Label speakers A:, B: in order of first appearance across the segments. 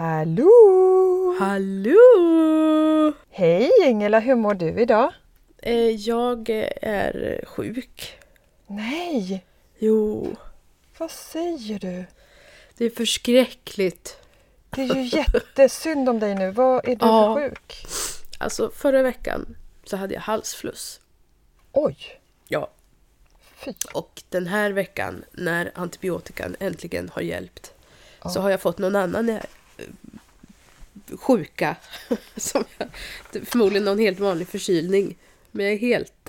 A: Hallå!
B: Hallå!
A: Hej Ingela, hur mår du idag?
B: Jag är sjuk.
A: Nej,
B: Jo,
A: vad säger du?
B: det är förskräckligt.
A: Det är ju jättesynd om dig nu. Vad är du för sjuk?
B: Alltså förra veckan så hade jag halsfluss.
A: Oj,
B: Ja,
A: fy.
B: och den här veckan när antibiotikan äntligen har hjälpt så har jag fått någon annan sjuka. Som förmodligen någon helt vanlig förkylning. Men jag är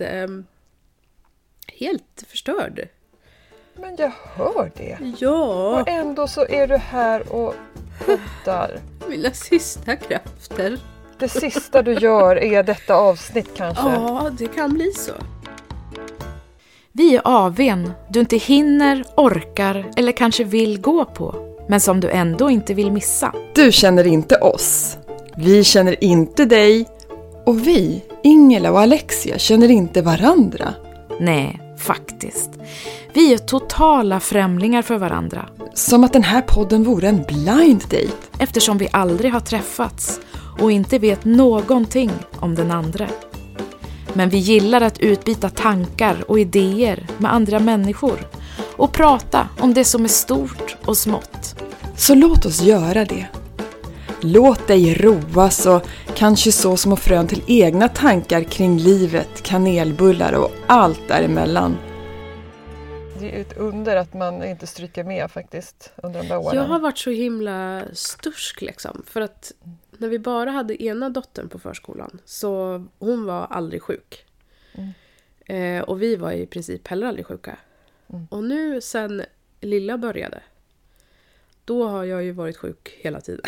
B: helt förstörd.
A: Men jag hör det.
B: Ja,
A: Och ändå så är du här och poddar.
B: mina sista krafter.
A: Det sista du gör är detta avsnitt kanske.
B: Ja, det kan bli så.
C: Vi är AW:n du inte hinner, orkar eller kanske vill gå på, men som du ändå inte vill missa.
D: Du känner inte oss. Vi känner inte dig. Och vi, Ingela och Alexia, känner inte varandra.
C: Nej, faktiskt. Vi är totala främlingar för varandra.
D: Som att den här podden vore en blind date.
C: Eftersom vi aldrig har träffats och inte vet någonting om den andra. Men vi gillar att utbyta tankar och idéer med andra människor och prata om det som är stort och smått.
D: Så låt oss göra det. Låt dig roas och kanske så små frön till egna tankar kring livet, kanelbullar och allt däremellan.
A: Det är ett under att man inte stryker med faktiskt under de där åren.
B: Jag har varit så himla stursk liksom. För att när vi bara hade ena dottern på förskolan så hon var aldrig sjuk. Och vi var i princip heller aldrig sjuka. Och nu sen lilla började, då har jag ju varit sjuk hela tiden.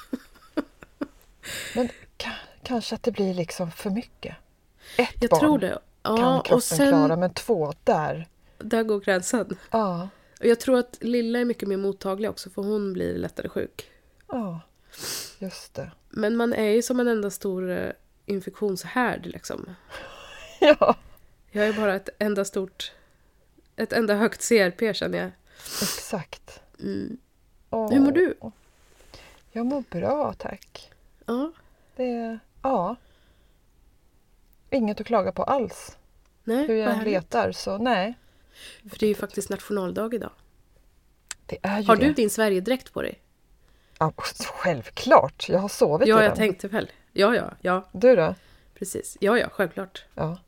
A: Men kanske att det blir liksom för mycket. Ett
B: Jag
A: barn
B: tror det. Ja,
A: kan kroppen
B: och sen,
A: klara, men 2 där.
B: där går gränsen.
A: Ja,
B: Och jag tror att lilla är mycket mer mottaglig också, för hon blir lättare sjuk.
A: ja, just det.
B: Men man är ju som en enda stor infektionshärd liksom.
A: Ja,
B: Jag är bara ett enda högt CRP känner jag.
A: exakt.
B: Hur mår du?
A: Jag mår bra, tack.
B: Ja.
A: Ja. Inget att klaga på alls.
B: Nej,
A: Hur jag
B: vad
A: än
B: härligt.
A: letar, så nej.
B: För det är ju faktiskt nationaldag idag.
A: Det är ju
B: Har
A: det.
B: du din Sverigedräkt på dig?
A: Ja, självklart, jag har sovit i
B: Ja, jag
A: den.
B: tänkte väl. Ja,
A: Du då?
B: precis. Ja, självklart.
A: Ja.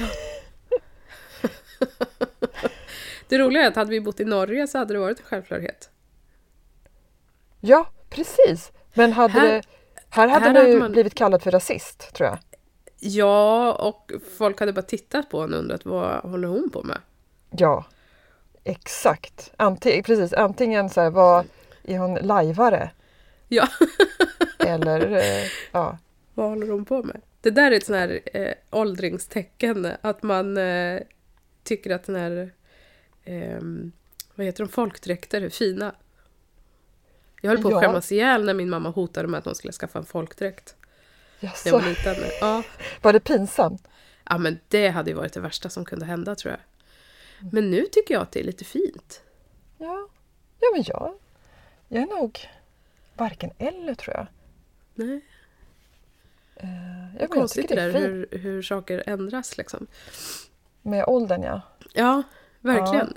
B: Det roliga är att hade vi bott i Norge så hade det varit en självklarhet.
A: Ja, precis. Men här hade
B: hade
A: du
B: man-
A: blivit kallad för rasist, tror jag.
B: Ja, och folk hade bara tittat på henne och undrat vad håller hon på med?
A: Ja, exakt. Antingen så här, är hon lajvare?
B: Ja,
A: Eller, ja.
B: vad håller hon på med? Det där är ett sån här åldringstecken, att man tycker att den här vad heter de, folkdräkter är fina. Jag höll på att
A: Ja.
B: skämmas ihjäl när min mamma hotade med att hon skulle skaffa en folkdräkt när jag var
A: Jaså,
B: liten. Ja.
A: var det pinsamt?
B: Ja, men det hade ju varit det värsta som kunde hända, tror jag. Men nu tycker jag att det är lite fint.
A: Ja, men jag är nog varken eller, tror jag.
B: Nej,
A: Ja,
B: det är
A: men jag
B: konstigt
A: tycker
B: det
A: det är
B: där
A: fint.
B: hur saker ändras liksom.
A: Med åldern, ja.
B: Ja, verkligen.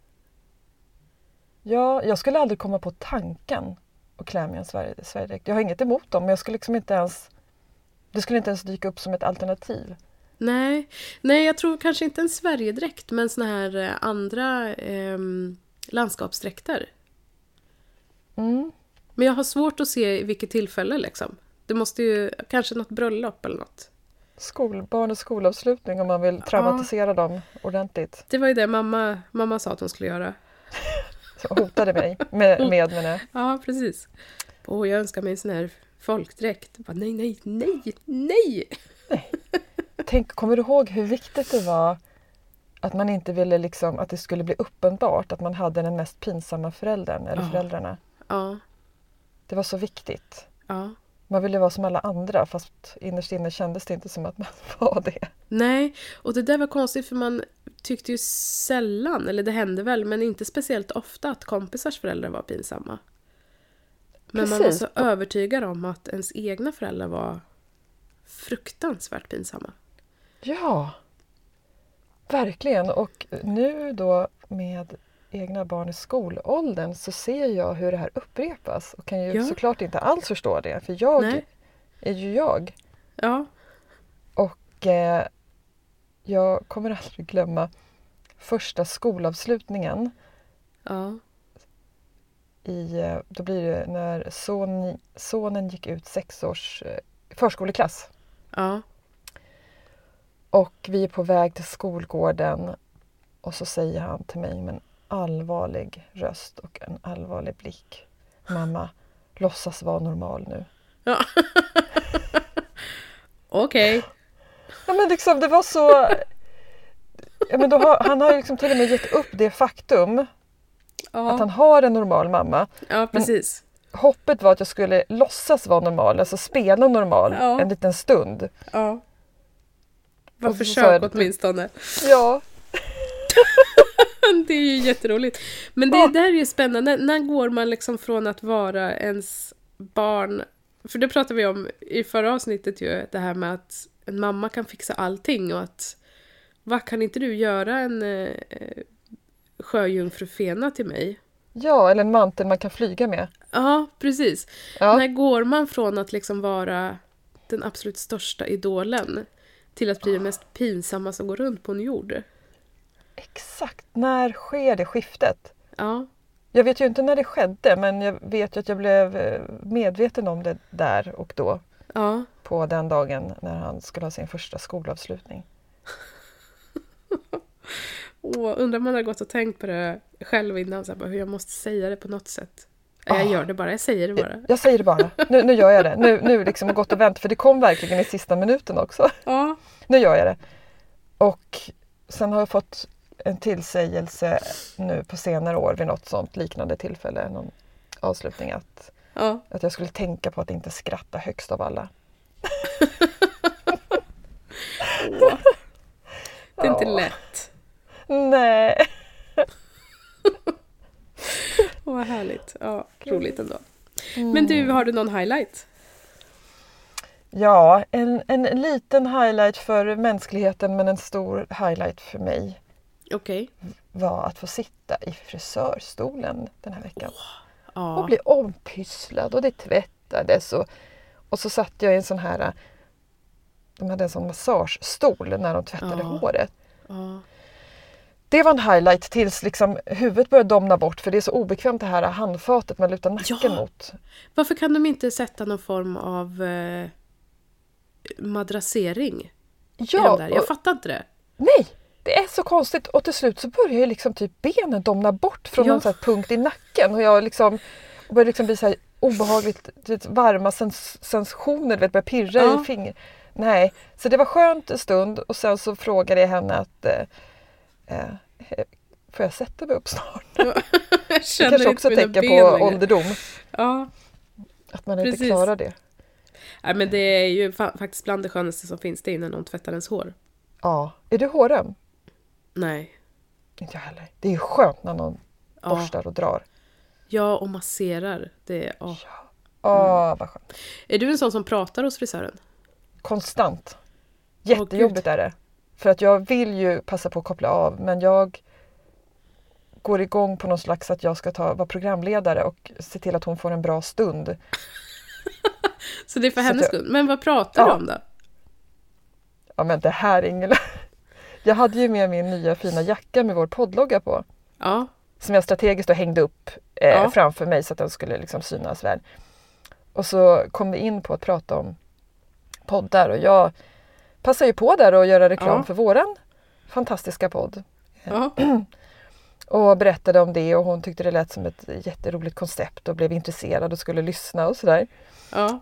A: Ja, jag skulle aldrig komma på tanken att klä mig i en Sverigedräkt. Jag har inget emot dem, men jag skulle liksom inte ens... Det skulle inte ens dyka upp som ett alternativ.
B: Nej, jag tror kanske inte en Sverigedräkt, men såna här andra landskapsdräkter. Men jag har svårt att se i vilket tillfälle liksom. Det måste ju, kanske något bröllop eller något.
A: Barn och skolavslutning, om man vill traumatisera dem ordentligt.
B: Det var ju det mamma sa att hon skulle göra.
A: Så hotade mig med det.
B: Ja, precis. Jag önskar mig en sån här folkdräkt. Bara, nej.
A: Kommer du ihåg hur viktigt det var att man inte ville liksom, att det skulle bli uppenbart att man hade den mest pinsamma föräldern eller föräldrarna?
B: Ja.
A: Det var så viktigt.
B: Ja.
A: Man ville vara som alla andra, fast innerst inne kändes det inte som att man var det.
B: Nej, och det där var konstigt, för man tyckte ju sällan, eller det hände väl, men inte speciellt ofta, att kompisars föräldrar var pinsamma. Men man var så övertygad om att ens egna föräldrar var fruktansvärt pinsamma.
A: Ja, verkligen. Och nu då med egna barn i skolåldern så ser jag hur det här upprepas. Och kan ju såklart inte alls förstå det. För jag är ju jag.
B: Ja.
A: Och jag kommer aldrig glömma första skolavslutningen.
B: Ja.
A: Då blir det när sonen gick ut 6 års förskoleklass.
B: Ja.
A: Och vi är på väg till skolgården och så säger han till mig med en allvarlig röst och en allvarlig blick: mamma, låtsas vara normal nu.
B: Ja. Okej.
A: Ja, men liksom, det var så... Ja, men han har ju liksom till och med gett upp det faktum att han har en normal mamma.
B: Ja, precis.
A: Men hoppet var att jag skulle låtsas vara normal, alltså spela normal en liten stund.
B: Ja. Var försök åtminstone.
A: Ja.
B: Det är ju jätteroligt. Men det där är ju spännande. När går man liksom från att vara ens barn... För det pratade vi om i förra avsnittet ju. Det här med att en mamma kan fixa allting. Och att, vad kan inte du göra en sjöjungfrufena till mig?
A: Ja, eller en mantel man kan flyga med.
B: Ja, precis.
A: Ja.
B: När går man från att liksom vara den absolut största idolen till att bli det mest pinsamma som går runt på en jord?
A: Exakt, när sker det skiftet?
B: Ja.
A: Jag vet ju inte när det skedde, men jag vet ju att jag blev medveten om det där och då.
B: Ja.
A: På den dagen när han skulle ha sin första skolavslutning.
B: Undrar om man har gått och tänkt på det själv innan. Så här, hur jag måste säga det på något sätt. Jag gör det bara, jag säger det bara.
A: Jag säger det bara. Nu gör jag det. Nu liksom gått och vänt, för det kom verkligen i sista minuten också.
B: Ja.
A: Nu gör jag det. Och sen har jag fått en tillsägelse nu på senare år vid något sånt liknande tillfälle, någon avslutning, att jag skulle tänka på att inte skratta högst av alla.
B: Det är inte lätt.
A: Nej.
B: Vad härligt. Ja, roligt ändå. Men du, har du någon highlight?
A: Ja, en liten highlight för mänskligheten, men en stor highlight för mig.
B: Okej.
A: Var att få sitta i frisörstolen den här veckan.
B: Ja.
A: Och bli ompysslad och det tvättades. Och så satt jag i en sån här... De hade en sån massagestol när de tvättade håret.
B: Ja.
A: Det var en highlight tills liksom huvudet började domna bort, för det är så obekvämt det här handfatet man lutar nacken mot.
B: Varför kan de inte sätta någon form av madrassering?
A: Ja,
B: Jag fattar inte det.
A: Nej, det är så konstigt. Och till slut så börjar ju liksom typ benen domna bort från någon sån här punkt i nacken. Och jag liksom börjar liksom bli så här obehagligt varma sensationer, börjar pirra i fingret. Nej, så det var skönt en stund och sen så frågade jag henne att får jag sätta mig upp snart?
B: Jag känner
A: kanske också tänka på ålderdom.
B: Ja.
A: Att man inte klarar det.
B: Nej, men det är ju faktiskt bland det skönaste som finns, det är när någon tvättar ens hår.
A: Ja. Är du håröm?
B: Nej.
A: Inte jag heller. Det är ju skönt när någon borstar och drar.
B: Ja, och masserar. Det är...
A: Vad skönt.
B: Är du en sån som pratar hos frisören?
A: Konstant. Jättejobbigt är det. För att jag vill ju passa på att koppla av, men jag går igång på någon slags att jag ska vara programledare och se till att hon får en bra stund.
B: Så det är för hennes skull. Men vad pratar du om då?
A: Ja, men det här, Ingela. Jag hade ju med min nya fina jacka med vår poddlogga på.
B: Ja.
A: Som jag strategiskt hängde upp framför mig så att den skulle liksom synas väl. Och så kom vi in på att prata om poddar, och jag passar ju på där och göra reklam för våran fantastiska podd.
B: Ja.
A: Och berättade om det, och hon tyckte det lät som ett jätteroligt koncept och blev intresserad och skulle lyssna och sådär.
B: Ja.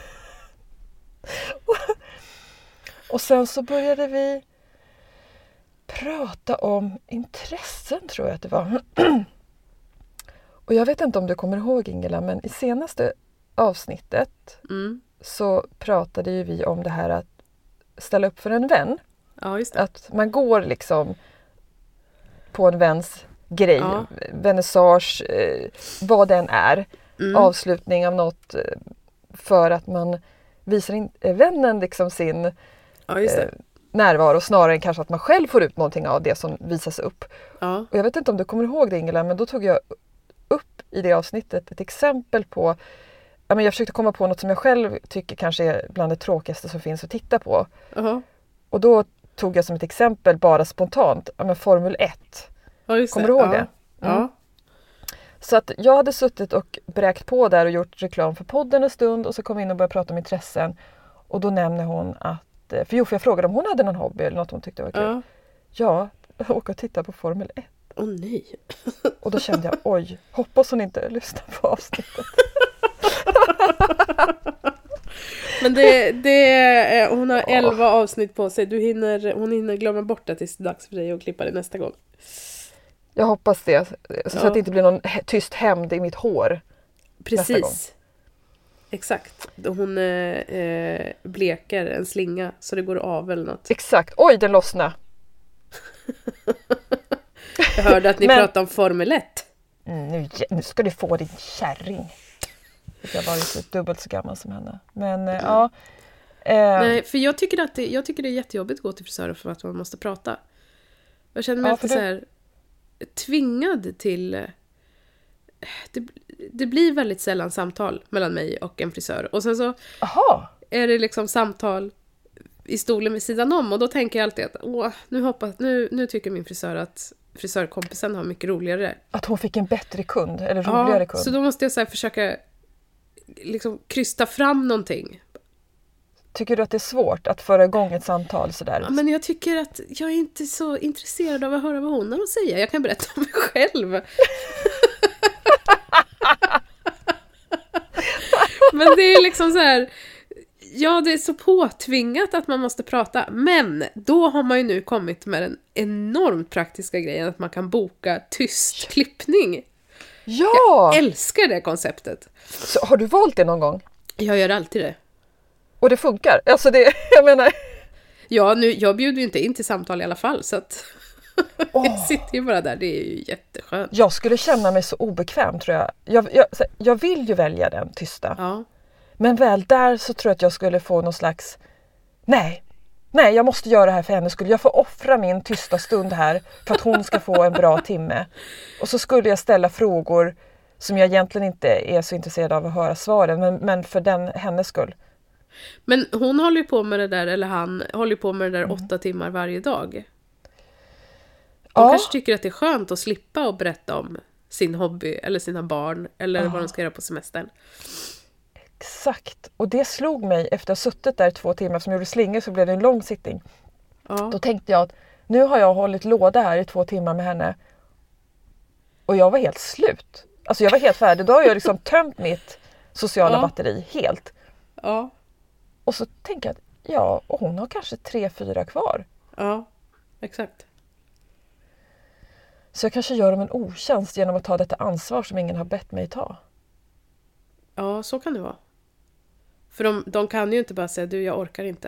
A: Och sen så började vi prata om intressen, tror jag att det var. Och jag vet inte om du kommer ihåg, Ingela, men i senaste avsnittet så pratade ju vi om det här att ställa upp för en vän.
B: Ja, just det.
A: Att man går liksom på en väns grej, vernissage, vad den är. avslutning av något för att man visar in vännen liksom sin närvaro snarare än kanske att man själv får ut någonting av det som visas upp.
B: Ja.
A: Och jag vet inte om du kommer ihåg det, Ingela, men då tog jag upp i det avsnittet ett exempel på, jag försökte komma på något som jag själv tycker kanske är bland det tråkigaste som finns att titta på. Och då tog jag som ett exempel bara spontant, Formel 1. Kommer du ihåg det?
B: Ja.
A: Så att jag hade suttit och bräkt på där och gjort reklam för podden en stund och så kom jag in och började prata om intressen. Och då nämner hon att, för jag frågade om hon hade någon hobby eller något hon tyckte var kul. Ja, åka och titta på Formel 1.
B: Åh nej.
A: Och då kände jag, oj, hoppas hon inte lyssnar på avsnittet.
B: Men hon har 11 avsnitt på sig. Hon hinner glömma bort det tills det är dags för dig att klippa det nästa gång.
A: Jag hoppas det. Så att det inte blir någon tyst hämnd i mitt hår.
B: Precis. Exakt. Hon bleker en slinga så det går av eller något.
A: Exakt. Oj, den lossna.
B: Jag hörde att ni pratade om Formel 1.
A: Nu ska du få din kärring. Jag var ju dubbelt så gammal som henne. Men ja.
B: Nej, för jag tycker det är jättejobbigt att gå till frisören för att man måste prata. Jag känner mig alltid så här tvingad till... Det blir väldigt sällan samtal mellan mig och en frisör. Och sen så är det liksom samtal i stolen vid sidan om. Och då tänker jag alltid att nu tycker min frisör att frisörkompisen har mycket roligare.
A: Att hon fick en bättre kund eller roligare kund.
B: Så då måste jag så här försöka liksom krysta fram någonting.
A: Tycker du att det är svårt att föra igång ett samtal sådär?
B: Ja, men jag tycker att jag är inte så intresserad av att höra vad hon har att säga. Jag kan berätta om mig själv. Men det är liksom så här... Ja, det är så påtvingat att man måste prata. Men då har man ju nu kommit med den enormt praktiska grejen att man kan boka tyst klippning.
A: Ja!
B: Jag älskar det konceptet.
A: Så har du valt det någon gång?
B: Jag gör alltid det.
A: Och det funkar? Alltså det, jag menar...
B: Ja, jag bjuder ju inte in till samtal i alla fall, så att... Jag sitter ju bara där, det är ju jätteskönt.
A: Jag skulle känna mig så obekväm, tror jag. Jag vill ju välja den tysta.
B: Ja.
A: Men väl där så tror jag att jag skulle få någon slags... Nej, jag måste göra det här för hennes skull. Jag får offra min tysta stund här för att hon ska få en bra timme. Och så skulle jag ställa frågor som jag egentligen inte är så intresserad av att höra svaren. Men för hennes skull.
B: Men hon håller ju på med det där, eller han håller ju på med det där 8 timmar varje dag. De kanske tycker att det är skönt att slippa och berätta om sin hobby eller sina barn eller vad de ska göra på semestern.
A: Exakt. Och det slog mig efter att ha suttit där 2 timmar som gjorde slingor, så blev det en lång sittning. Ja. Då tänkte jag att nu har jag hållit låda här i 2 timmar med henne. Och jag var helt slut. Alltså jag var helt färdig. Då har jag liksom tömt mitt sociala batteri helt.
B: Ja.
A: Och så tänker jag att och hon har kanske 3-4 kvar.
B: Ja, exakt.
A: Så jag kanske gör dem en otjänst genom att ta detta ansvar som ingen har bett mig ta.
B: Ja, så kan det vara. För de kan ju inte bara säga, du, jag orkar inte.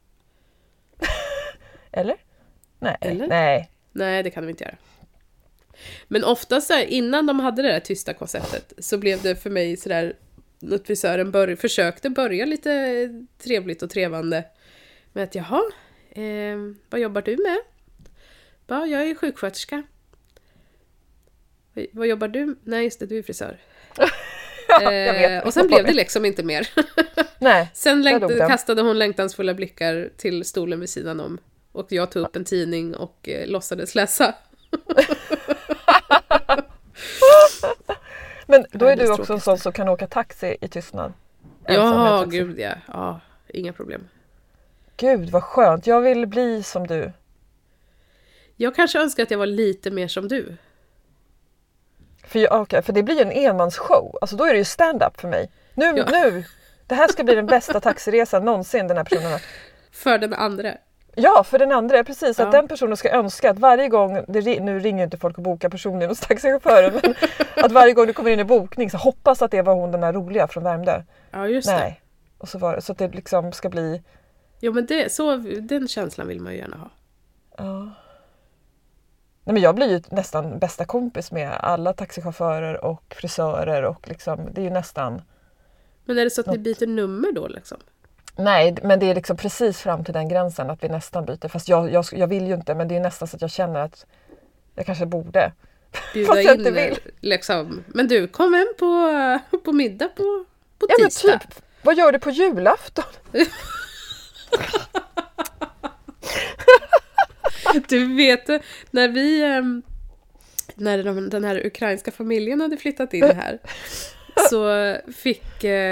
A: Eller? Nej.
B: Eller?
A: Nej,
B: det kan de inte göra. Men oftast så här, innan de hade det där tysta konceptet så blev det för mig sådär att frisören försökte börja lite trevligt och trevande med att vad jobbar du med? Jag är sjuksköterska. Vad jobbar du? Nej, just det, du är frisör. Och sen blev det liksom inte mer.
A: Nej,
B: sen kastade hon längtansfulla blickar till stolen vid sidan om. Och jag tog upp en tidning och låtsades läsa.
A: Men då är du också en sån som kan åka taxi i tystnad.
B: Ja, gud ja. Ja, inga problem.
A: Gud, vad skönt. Jag vill bli som du. Jag
B: kanske önskar att jag var lite mer som du.
A: För det blir ju en enmansshow. Alltså då är det ju stand-up för mig. Nu. Det här ska bli den bästa taxiresan någonsin den här personen.
B: För den andra.
A: Ja, för den andra. Precis, att den personen ska önska att varje gång, nu ringer inte folk och bokar personligen hos taxichauffören, men att varje gång du kommer in i bokning så hoppas att det var hon den där roliga från Värmdö.
B: Ja, just
A: det. Och så var det, så att det liksom ska bli...
B: Jo, men den känslan vill man ju gärna ha.
A: Ja. Nej, men jag blir ju nästan bästa kompis med alla taxichaufförer och frisörer och liksom, det är ju nästan...
B: Men är det så att ni byter nummer då liksom?
A: Nej, men det är liksom precis fram till den gränsen att vi nästan byter. Fast jag vill ju inte, men det är nästan så att jag känner att jag kanske borde.
B: Bjuda in liksom. Men du, kom hem på middag på tisdag.
A: Men typ, vad gör du på julafton?
B: Du vet, när den här ukrainska familjen hade flyttat in här så fick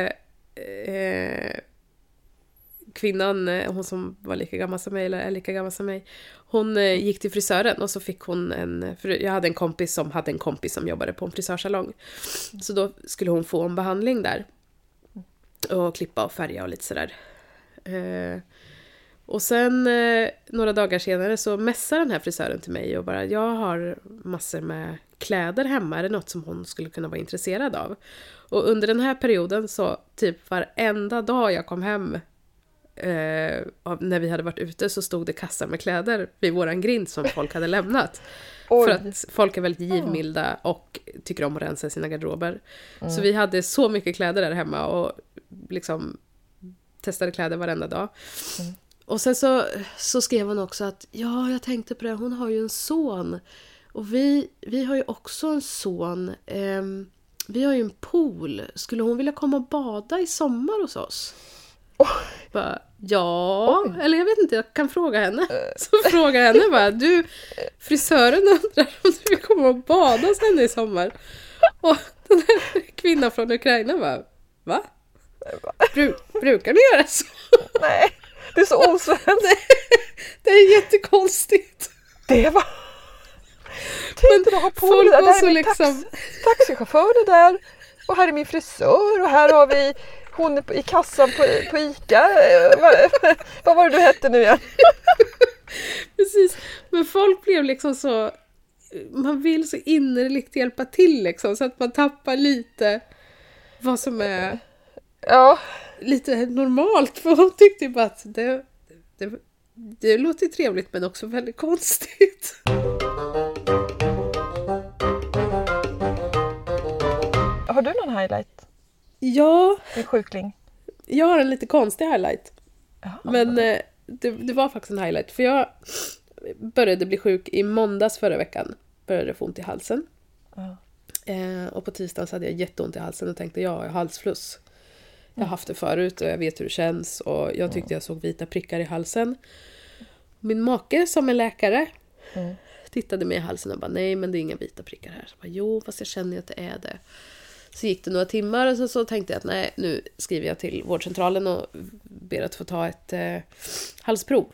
B: kvinnan, hon som var lika gammal som mig, eller är lika gammal som mig, hon gick till frisören och så fick hon för jag hade en kompis som jobbade på en frisörsalong. Så då skulle hon få en behandling där och klippa och färga och lite sådär. Och sen några dagar senare så mässar den här frisören till mig och bara, jag har massor med kläder hemma, är det något som hon skulle kunna vara intresserad av? Och under den här perioden så typ varenda dag jag kom hem när vi hade varit ute så stod det kassar med kläder vid våran grind som folk hade lämnat. För att folk är väldigt givmilda och tycker om att rensa sina garderober. Så vi hade så mycket kläder där hemma och liksom testade kläder varenda dag. Och sen så skrev hon också att ja, jag tänkte på det, hon har ju en son. Och vi har ju också en son. Vi har ju en pool. Skulle hon vilja komma och bada i sommar hos oss? Bara, ja, eller jag vet inte, jag kan fråga henne. Så frågar henne bara, du, frisören undrar om du vill komma och bada hos henne i sommar. Och den här kvinnan från Ukraina bara, va? Brukar ni göra så?
A: Nej, det är så osvenskt.
B: Det är jättekonstigt.
A: Det var... Tänkte du ha på det där? Där är min liksom... taxichaufför där. Och här är min frisör. Och här har vi hon i kassan på ICA. Vad var det du hette nu igen?
B: Precis. Men folk blev liksom så... Man vill så innerligt hjälpa till liksom. Så att man tappar lite vad som är...
A: Ja.
B: Lite normalt. För hon tyckte bara att det låter trevligt men också väldigt konstigt.
A: Har du någon highlight?
B: Ja.
A: En sjukling?
B: Jag har en lite konstig highlight.
A: Jaha.
B: Men det var faktiskt en highlight. För jag började bli sjuk i måndags förra veckan. Började få ont i halsen. Och på tisdagen så hade jag jätteont i halsen och tänkte, jag har halsfluss. Jag har haft det förut och jag vet hur det känns. Och jag tyckte jag såg vita prickar i halsen. Min make som är läkare tittade mig i halsen och bara, nej men det är inga vita prickar här. Så bara, jo, fast jag känner att det är det. Så gick det några timmar och så tänkte jag att nej, nu skriver jag till vårdcentralen och ber att få ta ett halsprov.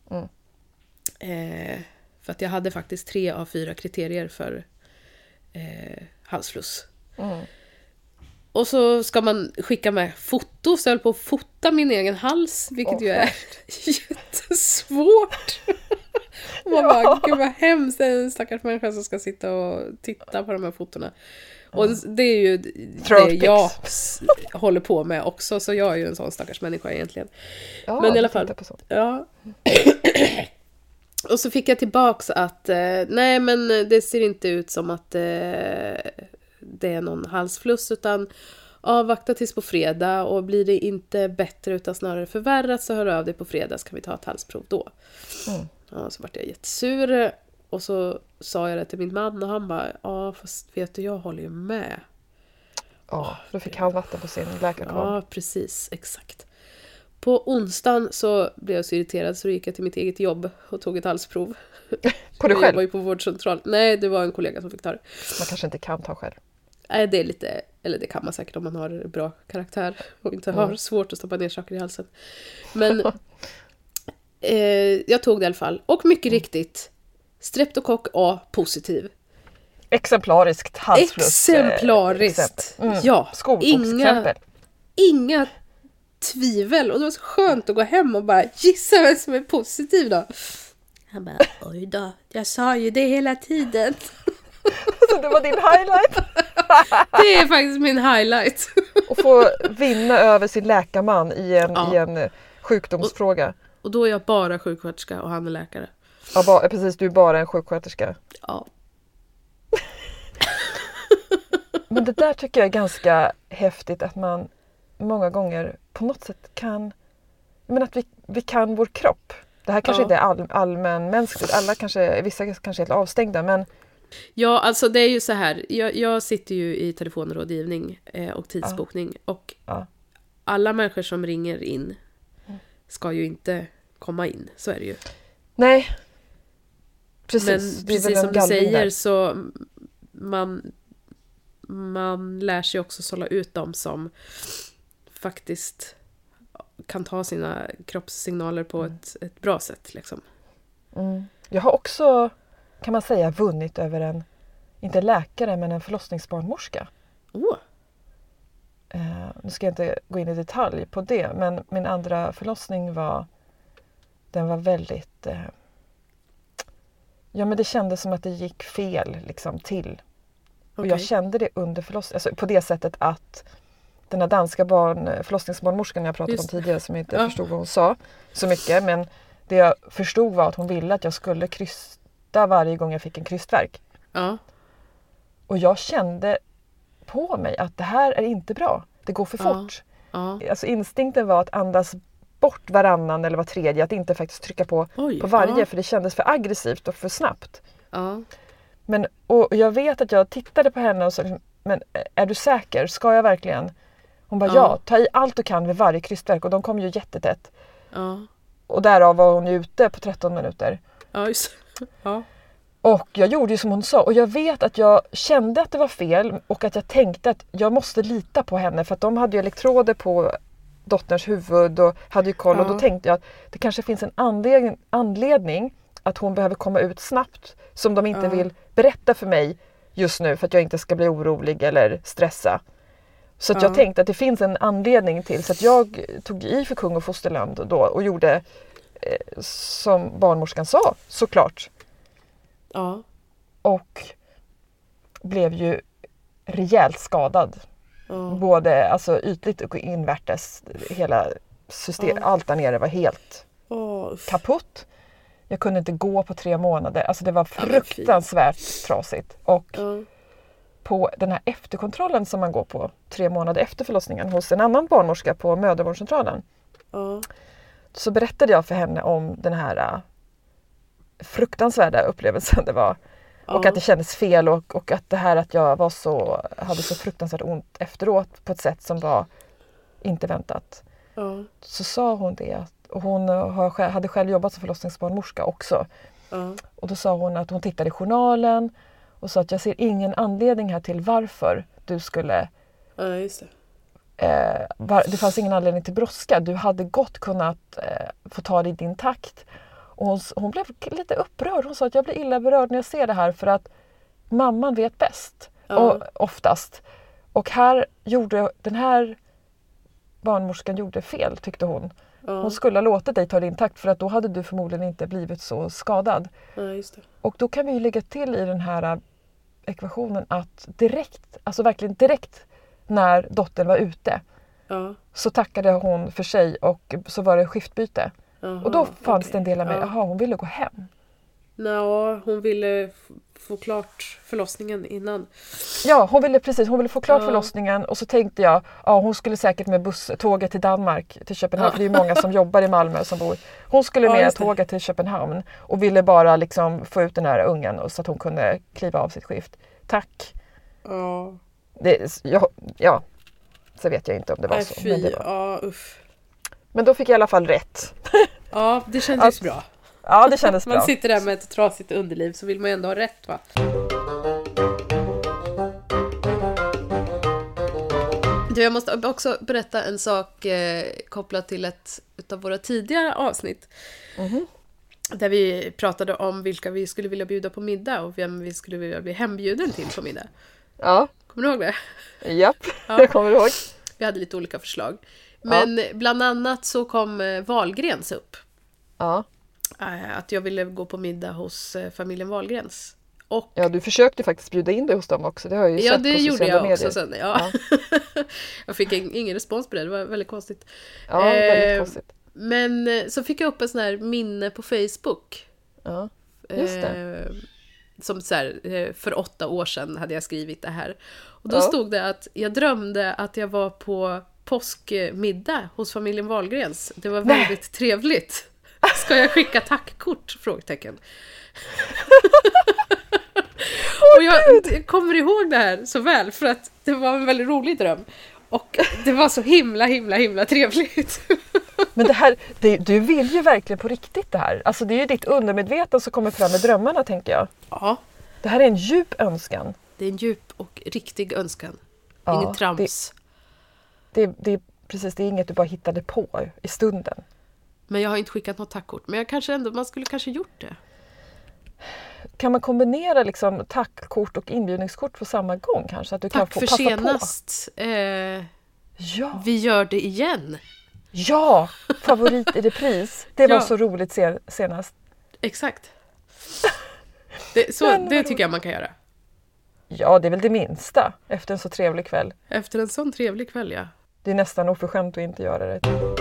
B: För att jag hade faktiskt 3 av 4 kriterier för halsfluss. Och så ska man skicka med foto, så jag höll på att fota min egen hals, vilket ju är jättesvårt. Och man bara, gud vad hemskt, det är en stackars människa som ska sitta och titta på de här fotorna. Och det är ju det jag håller på med också, så jag är ju en sån stackars människa egentligen.
A: Ja,
B: men i alla fall, ja. Och så fick jag tillbaks att nej men det ser inte ut som att det är någon halsfluss, utan avvakta tills på fredag, och blir det inte bättre utan snarare förvärrat så hör av dig på fredag, så kan vi ta ett halsprov då. Ja, så vart jag jättesur och så sa jag det till min man och han bara, ja fast vet du, jag håller ju med.
A: Ja, då fick han vatten på sin läkarkort.
B: Ja, precis, exakt. På onsdagen så blev jag så irriterad så gick jag till mitt eget jobb och tog ett halsprov.
A: På dig själv?
B: Jag var ju på vårdcentral. Nej, det var en kollega som fick ta det.
A: Man kanske inte kan ta själv.
B: Nej, det är lite, eller det kan man säkert om man har bra karaktär och inte har svårt att stoppa ner saker i halsen. Men jag tog det i alla fall. Och mycket riktigt, streptokock A positiv.
A: Exemplariskt halsfluss.
B: Exemplariskt. Ja,
A: skolboksexempel.
B: Inga tvivel. Och det var så skönt att gå hem och bara gissa vem som är positiv då. Han bara, oj då, jag sa ju det hela tiden.
A: Så det var din highlight?
B: Det är faktiskt min highlight.
A: Och få vinna över sin läkarman i en sjukdomsfråga.
B: Och då är jag bara sjuksköterska och han är läkare.
A: Ja, precis, du är bara en sjuksköterska.
B: Ja.
A: Men det där tycker jag är ganska häftigt att man många gånger på något sätt kan, men att vi kan vår kropp. Det här kanske inte är allmänmänskligt, vissa kanske är helt avstängda, men...
B: Ja, alltså det är ju så här, jag sitter ju i telefonrådgivning och tidsbokning och alla människor som ringer in ska ju inte komma in, så är det ju.
A: Nej, precis.
B: Men precis som du säger så man lär sig också sålla ut dem som faktiskt kan ta sina kroppssignaler på ett bra sätt. Liksom.
A: Jag har också, kan man säga, vunnit över inte läkare, men en förlossningsbarnmorska. Nu ska jag inte gå in i detalj på det, men min andra förlossning var väldigt... men det kändes som att det gick fel liksom, till. Och jag kände det under förlossningen, alltså, på det sättet att den här danska förlossningsbarnmorskan jag pratade om tidigare, som jag inte förstod vad hon sa så mycket, men det jag förstod var att hon ville att jag skulle krysta varje gång jag fick en krystvärk. Och jag kände på mig att det här är inte bra. Det går för fort. Alltså instinkten var att andas bort varannan eller var tredje, att inte faktiskt trycka på varje, för det kändes för aggressivt och för snabbt. Men, och jag vet att jag tittade på henne och sa, men är du säker? Ska jag verkligen? Hon bara, ta i allt du kan vid varje krystvärk, och de kom ju jättetätt. Och därav var hon ute på 13 minuter. Och jag gjorde ju som hon sa, och jag vet att jag kände att det var fel och att jag tänkte att jag måste lita på henne, för att de hade ju elektroder på dotterns huvud och hade ju koll, och då tänkte jag att det kanske finns en anledning att hon behöver komma ut snabbt, som de inte vill berätta för mig just nu, för att jag inte ska bli orolig eller stressa. Så att jag tänkte att det finns en anledning till, så att jag tog i för kung och fosterland då och gjorde som barnmorskan sa, såklart. Och blev ju rejält skadad. Både alltså, ytligt och invärtes. Hela system, allt där nere var helt kaputt. Jag kunde inte gå på 3 månader. Alltså det var fruktansvärt trasigt. Och på den här efterkontrollen som man går på 3 månader efter förlossningen hos en annan barnmorska på mödravårdscentralen. Så berättade jag för henne om den här fruktansvärda upplevelsen det var. Och att det kändes fel, och att det här att jag hade så fruktansvärt ont efteråt på ett sätt som var inte väntat. Så sa hon det, och hon hade själv jobbat som förlossningsbarnmorska också. Och då sa hon att hon tittade i journalen och sa att jag ser ingen anledning här till varför du skulle...
B: just det.
A: Det fanns ingen anledning till brådska. Du hade gott kunnat få ta det i din takt. Och hon blev lite upprörd. Hon sa att jag blir illa berörd när jag ser det här, för att mamman vet bäst. Och oftast. Och den här barnmorskan gjorde fel, tyckte hon. Hon skulle ha låtit dig ta din takt, för att då hade du förmodligen inte blivit så skadad.
B: Just det.
A: Och då kan vi ju lägga till i den här ekvationen att verkligen direkt när dottern var ute så tackade hon för sig, och så var det skiftbyte. Och då fanns det en del av mig, hon ville gå hem.
B: Hon ville få klart förlossningen innan.
A: Ja, hon ville få klart förlossningen, och så tänkte jag, hon skulle säkert med tåget till Danmark, till Köpenhamn, för det är ju många som jobbar i Malmö som bor. Hon skulle med tåget till Köpenhamn och ville bara liksom få ut den här ungen, och så att hon kunde kliva av sitt skift. Tack. Så vet jag inte om det var så. Men, det var. Men då fick jag i alla fall rätt.
B: Ja, det kändes bra.
A: Ja, det kändes bra.
B: Man sitter där med ett trasigt underliv, så vill man ju ändå ha rätt, va? Jag måste också berätta en sak kopplat till ett av våra tidigare avsnitt. Där vi pratade om vilka vi skulle vilja bjuda på middag och vem vi skulle vilja bli hembjuden till på middag.
A: Ja.
B: Kommer du ihåg det?
A: Japp, jag kommer ihåg.
B: Vi hade lite olika förslag. Men bland annat så kom Wahlgrens upp. Att jag ville gå på middag hos familjen Wahlgrens. Och... Ja,
A: du försökte faktiskt bjuda in dig hos dem också. Det har jag ju sett på sociala medier. Ja, det gjorde jag också sen.
B: Ja. Jag fick ingen respons på det. Det var väldigt konstigt.
A: Ja, väldigt konstigt.
B: Men så fick jag upp en sån här minne på Facebook.
A: Ja, just det.
B: Som så här, för 8 år sedan hade jag skrivit det här. Och då stod det att jag drömde att jag var på påskmiddag hos familjen Wahlgrens. Det var väldigt trevligt. Ska jag skicka tackkort? Frågetecken. Och jag kommer ihåg det här så väl för att det var en väldigt rolig dröm. Och det var så himla trevligt.
A: Men det här, du vill ju verkligen på riktigt det här. Alltså det är ju ditt undermedvetna som kommer fram med drömmarna, tänker jag.
B: Ja.
A: Det här är en djup önskan.
B: Det är en djup och riktig önskan.
A: Ja,
B: inget trams.
A: Det är precis, det är inget du bara hittade på i stunden.
B: Men jag har inte skickat något tackkort. Men man skulle kanske gjort det.
A: Kan man kombinera liksom tackkort och inbjudningskort på samma gång kanske? Att du
B: Tack
A: kan få
B: för
A: passa
B: senast.
A: Ja.
B: Vi gör det igen.
A: Ja, favorit i repris. Det var så roligt senast.
B: Exakt. Det tycker jag man kan göra.
A: Ja, det är väl det minsta efter en så trevlig kväll.
B: Efter en sån trevlig kväll, ja.
A: Det är nästan oförskämt att inte göra det.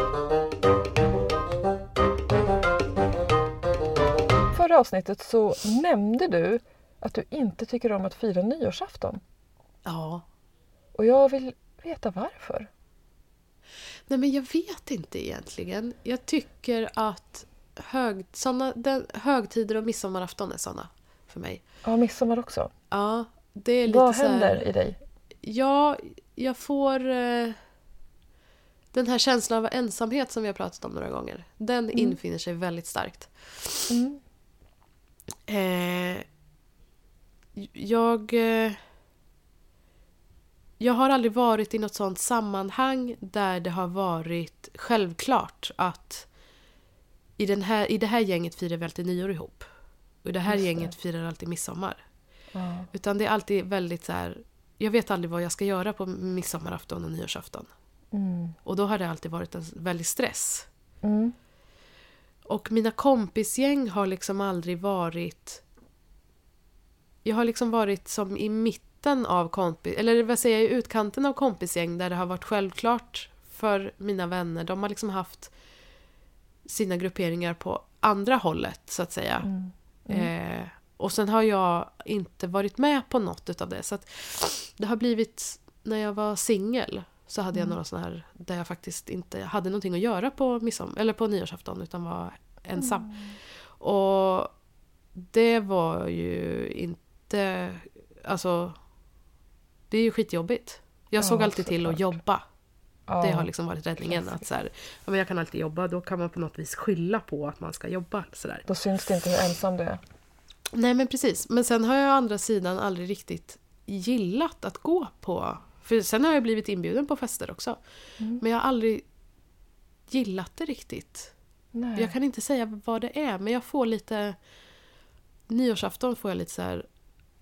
A: Förra avsnittet så nämnde du att du inte tycker om att fira nyårsafton.
B: Ja. Och
A: jag vill veta varför.
B: Nej, men jag vet inte egentligen. Jag tycker att högtider och midsommarafton är såna för mig.
A: Ja, midsommar också.
B: Ja, det är lite
A: vad
B: så här,
A: händer i dig?
B: Ja, jag får den här känslan av ensamhet som vi har pratat om några gånger. Den infinner sig väldigt starkt.
A: Mm.
B: Jag har aldrig varit i något sånt sammanhang där det har varit självklart att i det här gänget firar vi alltid nyår ihop. Och i det här gänget firar alltid midsommar.
A: Ja.
B: Utan det är alltid väldigt så här, jag vet aldrig vad jag ska göra på midsommarafton och nyårsafton.
A: Mm.
B: Och då har det alltid varit en väldigt stress.
A: Mm.
B: Och mina kompisgäng har liksom aldrig varit... Jag har liksom varit som i mitten av utkanten av kompisgäng där det har varit självklart för mina vänner. De har liksom haft sina grupperingar på andra hållet, så att säga. Och sen har jag inte varit med på något av det. Så att det har blivit, när jag var singel så hade jag några sådana här där jag faktiskt inte hade någonting att göra på på nyårsafton utan var ensam. Och det var ju inte, alltså det är ju skitjobbigt. Jag såg alltid till att jobba. Det har liksom varit räddningen. Att så här, men jag kan alltid jobba, då kan man på något vis skylla på att man ska jobba. Så där.
A: Då syns det inte hur ensam du är.
B: Nej, men precis. Men sen har jag å andra sidan aldrig riktigt gillat att gå på... För sen har jag blivit inbjuden på fester också. Men jag har aldrig gillat det riktigt.
A: Nej.
B: Jag kan inte säga vad det är, men jag får lite... Nyårsafton får jag lite så här...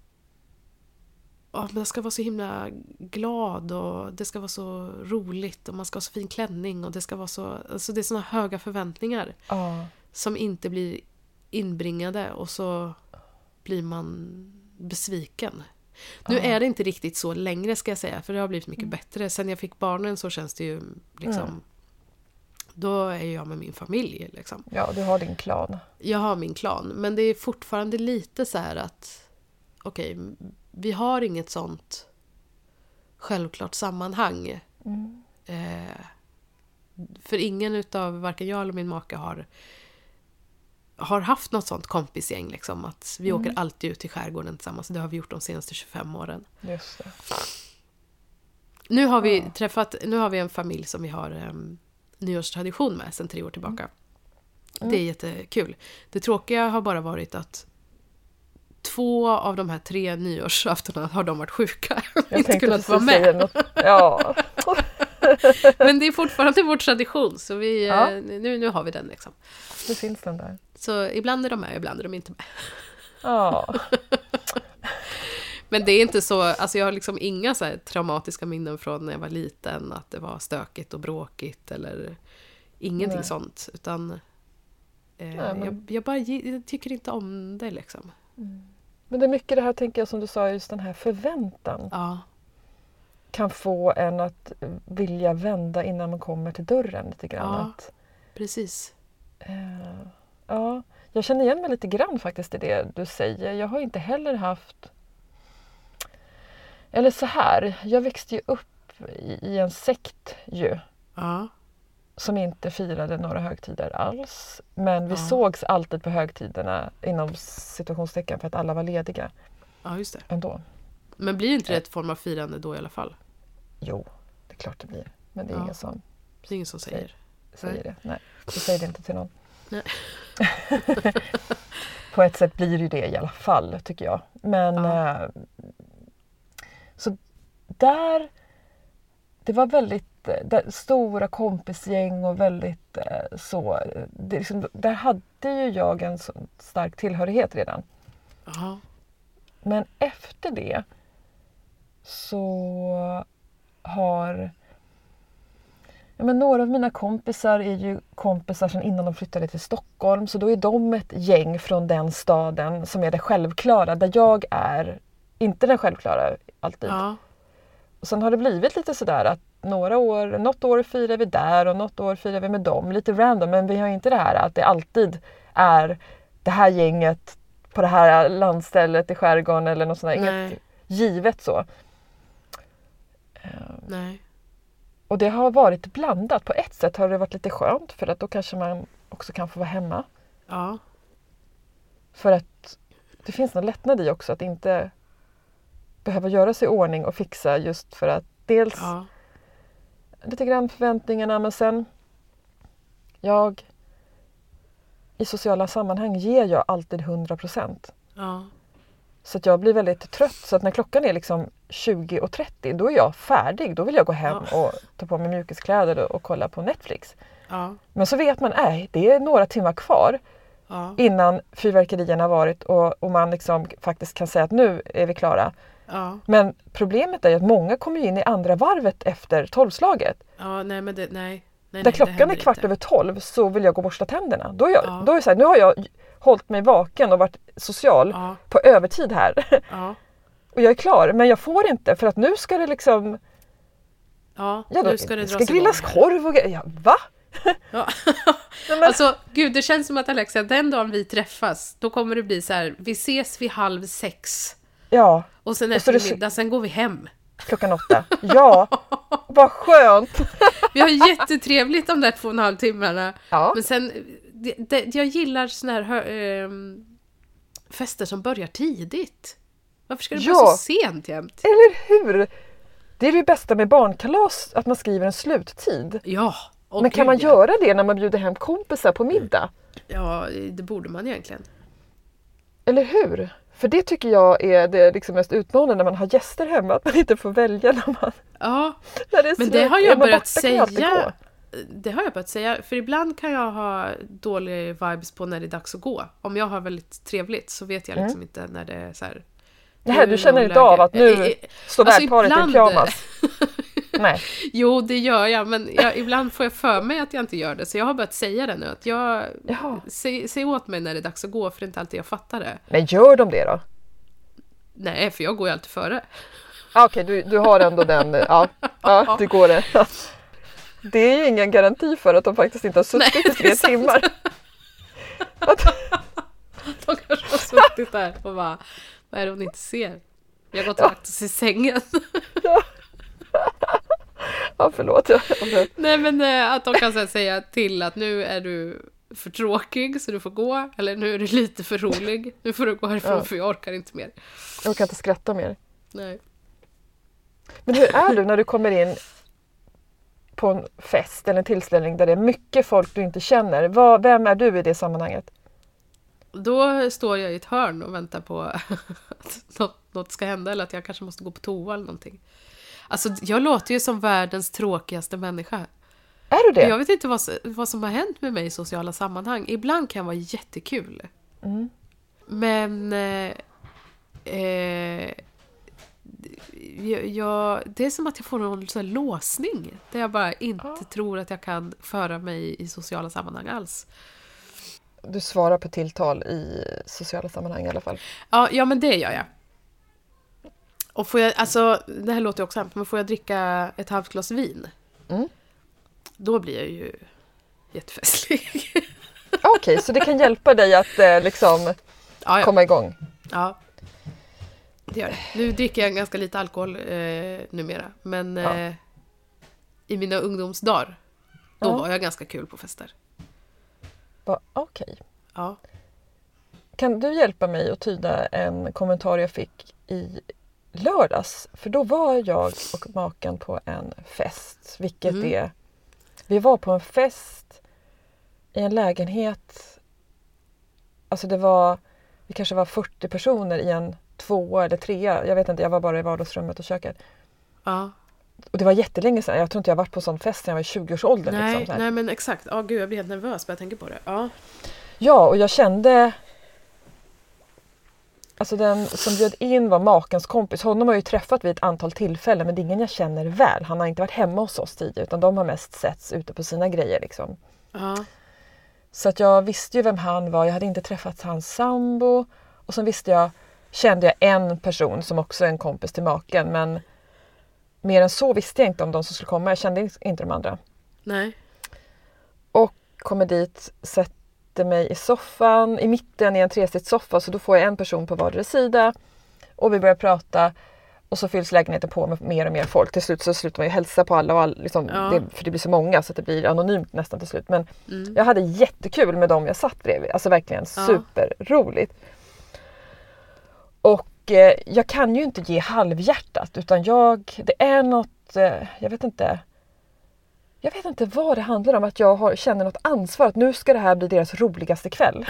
B: men jag ska vara så himla glad och det ska vara så roligt och man ska ha så fin klänning och det ska vara så... Alltså det är såna höga förväntningar som inte blir inbringade och så blir man besviken. Nu är det inte riktigt så längre, ska jag säga, för det har blivit mycket bättre. Sen jag fick barnen så känns det ju liksom... Då är jag med min familj liksom.
A: Ja, du har din klan.
B: Jag har min klan, men det är fortfarande lite så här att okej, vi har inget sånt självklart sammanhang. För ingen utav varken jag eller min make har haft något sånt kompisgäng liksom, att vi åker alltid ut till skärgården tillsammans. Det har vi gjort de senaste 25 åren.
A: Just det.
B: Nu har vi en familj som vi har nyårstradition med sedan 3 år tillbaka. Det är jättekul. Det tråkiga har bara varit att 2 av de här 3 nyårsaftorna har de varit sjuka.
A: Jag
B: inte
A: tänkte
B: kunnat vara
A: precis säga
B: med.
A: något. Ja.
B: Men det är fortfarande vår tradition, så vi, nu har vi den liksom.
A: Det finns den där.
B: Så ibland är de med, ibland är de inte med.
A: Ja.
B: Men det är inte så, alltså jag har liksom inga så här traumatiska minnen från när jag var liten, att det var stökigt och bråkigt eller ingenting sånt, utan jag tycker inte om det liksom.
A: Men det är mycket det här, tänker jag, som du sa, just den här förväntan.
B: Ja.
A: Kan få en att vilja vända innan man kommer till dörren lite grann.
B: Ja, precis.
A: Ja, jag känner igen mig lite grann faktiskt i det du säger. Jag har inte heller haft... Eller så här, jag växte ju upp i en sekt ju.
B: Ja.
A: Som inte firade några högtider alls. Men vi sågs alltid på högtiderna inom situationstecken för att alla var lediga.
B: Ja, just det.
A: Ändå.
B: Men blir inte det ett form av firande då i alla fall?
A: Jo, det är klart det blir. Men det är ingen som
B: Det är ingen som säger
A: det. Nej, du säger det inte till någon.
B: Nej.
A: På ett sätt blir det ju det i alla fall, tycker jag. Men så där, det var väldigt stora kompisgäng och väldigt så. Det liksom, där hade ju jag en så stark tillhörighet redan.
B: Aha.
A: Men efter det så har... Ja, men några av mina kompisar är ju kompisar sedan innan de flyttade till Stockholm. Så då är de ett gäng från den staden som är det självklara. Där jag är inte den självklara alltid.
B: Ja.
A: Och sen har det blivit lite sådär att något år firar vi där och något år firar vi med dem. Lite random, men vi har inte det här att det alltid är det här gänget på det här landstället i skärgården eller något sånt där. Inget givet så.
B: Nej.
A: Och det har varit blandat. På ett sätt har det varit lite skönt för att då kanske man också kan få vara hemma.
B: Ja.
A: För att det finns någon lättnad i också att inte behöva göra sig i ordning och fixa just för att dels lite grann förväntningarna men sen i sociala sammanhang ger jag alltid 100%.
B: Ja.
A: Så att jag blir väldigt trött så att när klockan är liksom 20:30 då är jag färdig. Då vill jag gå hem och ta på mig mjukiskläder och kolla på Netflix.
B: Ja.
A: Men så vet man, det är några timmar kvar innan fyrverkerierna har varit och man liksom faktiskt kan säga att nu är vi klara.
B: Ja.
A: Men problemet är att många kommer in i andra varvet efter 12-slaget.
B: Ja, nej men det, nej.
A: Där klockan är 12:15 så vill jag gå och borsta tänderna. Då är det så här, nu har jag hållit mig vaken och varit social på övertid här.
B: Ja.
A: Och jag är klar, men jag får inte för att nu ska det liksom...
B: nu ska det
A: ska grillas korv och grejer. Va?
B: Ja.
A: Men...
B: Alltså, gud, det känns som att Alexia, den dagen vi träffas, då kommer det bli så här, vi ses vid 5:30.
A: Ja.
B: Och sen efter middag, sen går vi hem.
A: 8:00. Ja, vad skönt.
B: Vi har jättetrevligt de där 2,5 timmarna.
A: Ja.
B: Men sen, jag gillar såna här fester som börjar tidigt. Varför ska det vara så sent jämt?
A: Eller hur? Det är det bästa med barnkalas, att man skriver en sluttid.
B: Ja.
A: Men kan man göra det när man bjuder hem kompisar på middag?
B: Ja, det borde man egentligen.
A: Eller hur? För det tycker jag är det liksom mest utmanande när man har gäster hemma. Att man inte får välja när man...
B: Ja,
A: när det är
B: men det har jag börjat säga.
A: Det
B: har jag börjat säga. För ibland kan jag ha dåliga vibes på när det är dags att gå. Om jag har väldigt trevligt så vet jag liksom inte när det är så här...
A: Nej, du känner inte av att nu står värdparet i pyjamas. Nej.
B: Jo, det gör jag, men ibland får jag för mig att jag inte gör det. Så jag har börjat säga det nu. Att jag säg åt mig när det är dags att gå, för det är inte alltid jag fattar det.
A: Men gör de det då?
B: Nej, för jag går ju alltid före.
A: Okej, du har ändå den... Ja, du går det. Det är ju ingen garanti för att de faktiskt inte har suttit i 3 timmar.
B: De kanske har suttit där och bara... Vad är det hon inte ser? Vi har gått och lagt oss i sängen.
A: Ja, förlåt.
B: Nej, men att de kan säga till att nu är du för tråkig så du får gå. Eller nu är du lite för rolig. Nu får du gå härifrån för jag orkar inte mer.
A: Jag orkar inte skratta mer.
B: Nej.
A: Men hur är du när du kommer in på en fest eller en tillställning där det är mycket folk du inte känner? Vem är du i det sammanhanget?
B: Då står jag i ett hörn och väntar på att något ska hända eller att jag kanske måste gå på toa eller någonting. Alltså, jag låter ju som världens tråkigaste människa.
A: Är du det?
B: Jag vet inte vad som har hänt med mig i sociala sammanhang. Ibland kan vara jättekul.
A: Mm.
B: Men det är som att jag får någon sån här låsning. Där jag bara inte tror att jag kan föra mig i sociala sammanhang alls.
A: Du svarar på tilltal i sociala sammanhang i alla fall.
B: Ja, men det gör jag. Och får jag, alltså, det här låter ju också hemskt, men får jag dricka ett halvt glas vin, då blir jag ju jättefestlig.
A: Okej, så det kan hjälpa dig att liksom komma igång?
B: Ja, det gör det. Nu dricker jag ganska lite alkohol numera. Men i mina ungdomsdagar, då var jag ganska kul på fester.
A: Okej.
B: Ja.
A: Kan du hjälpa mig att tyda en kommentar jag fick i lördags? För då var jag och maken på en fest. Vilket är... Vi var på en fest i en lägenhet. Alltså vi kanske var 40 personer i en 2 eller 3. Jag vet inte, jag var bara i vardagsrummet och köket.
B: Ja.
A: Och det var jättelänge sedan. Jag tror inte jag varit på en sån fest sedan jag var i 20-årsåldern.
B: Nej, men exakt. Gud, jag blir helt nervös när jag tänker på det.
A: Ja, och jag kände... Alltså den som bjöd in var makens kompis. Honom har jag ju träffat vid ett antal tillfällen, men det är ingen jag känner väl. Han har inte varit hemma hos oss tidigare, utan de har mest setts ute på sina grejer liksom.
B: Ja.
A: Så att jag visste ju vem han var. Jag hade inte träffat hans sambo. Och sen kände jag en person som också är en kompis till maken. Men mer än så visste jag inte om de som skulle komma. Jag kände inte de andra.
B: Nej.
A: Och kommer dit, sätter mig i soffan. I mitten i en 3-sitssoffa. Så då får jag en person på vardera sida. Och vi börjar prata. Och så fylls lägenheten på med mer och mer folk. Till slut så slutar man ju hälsa på alla. Och liksom, för det blir så många så att det blir anonymt nästan till slut. Men jag hade jättekul med dem jag satt bredvid. Alltså verkligen superroligt. Och jag kan ju inte ge halvhjärtat. Utan det är något, jag vet inte vad det handlar om. Att jag känner något ansvar. Att nu ska det här bli deras roligaste kväll.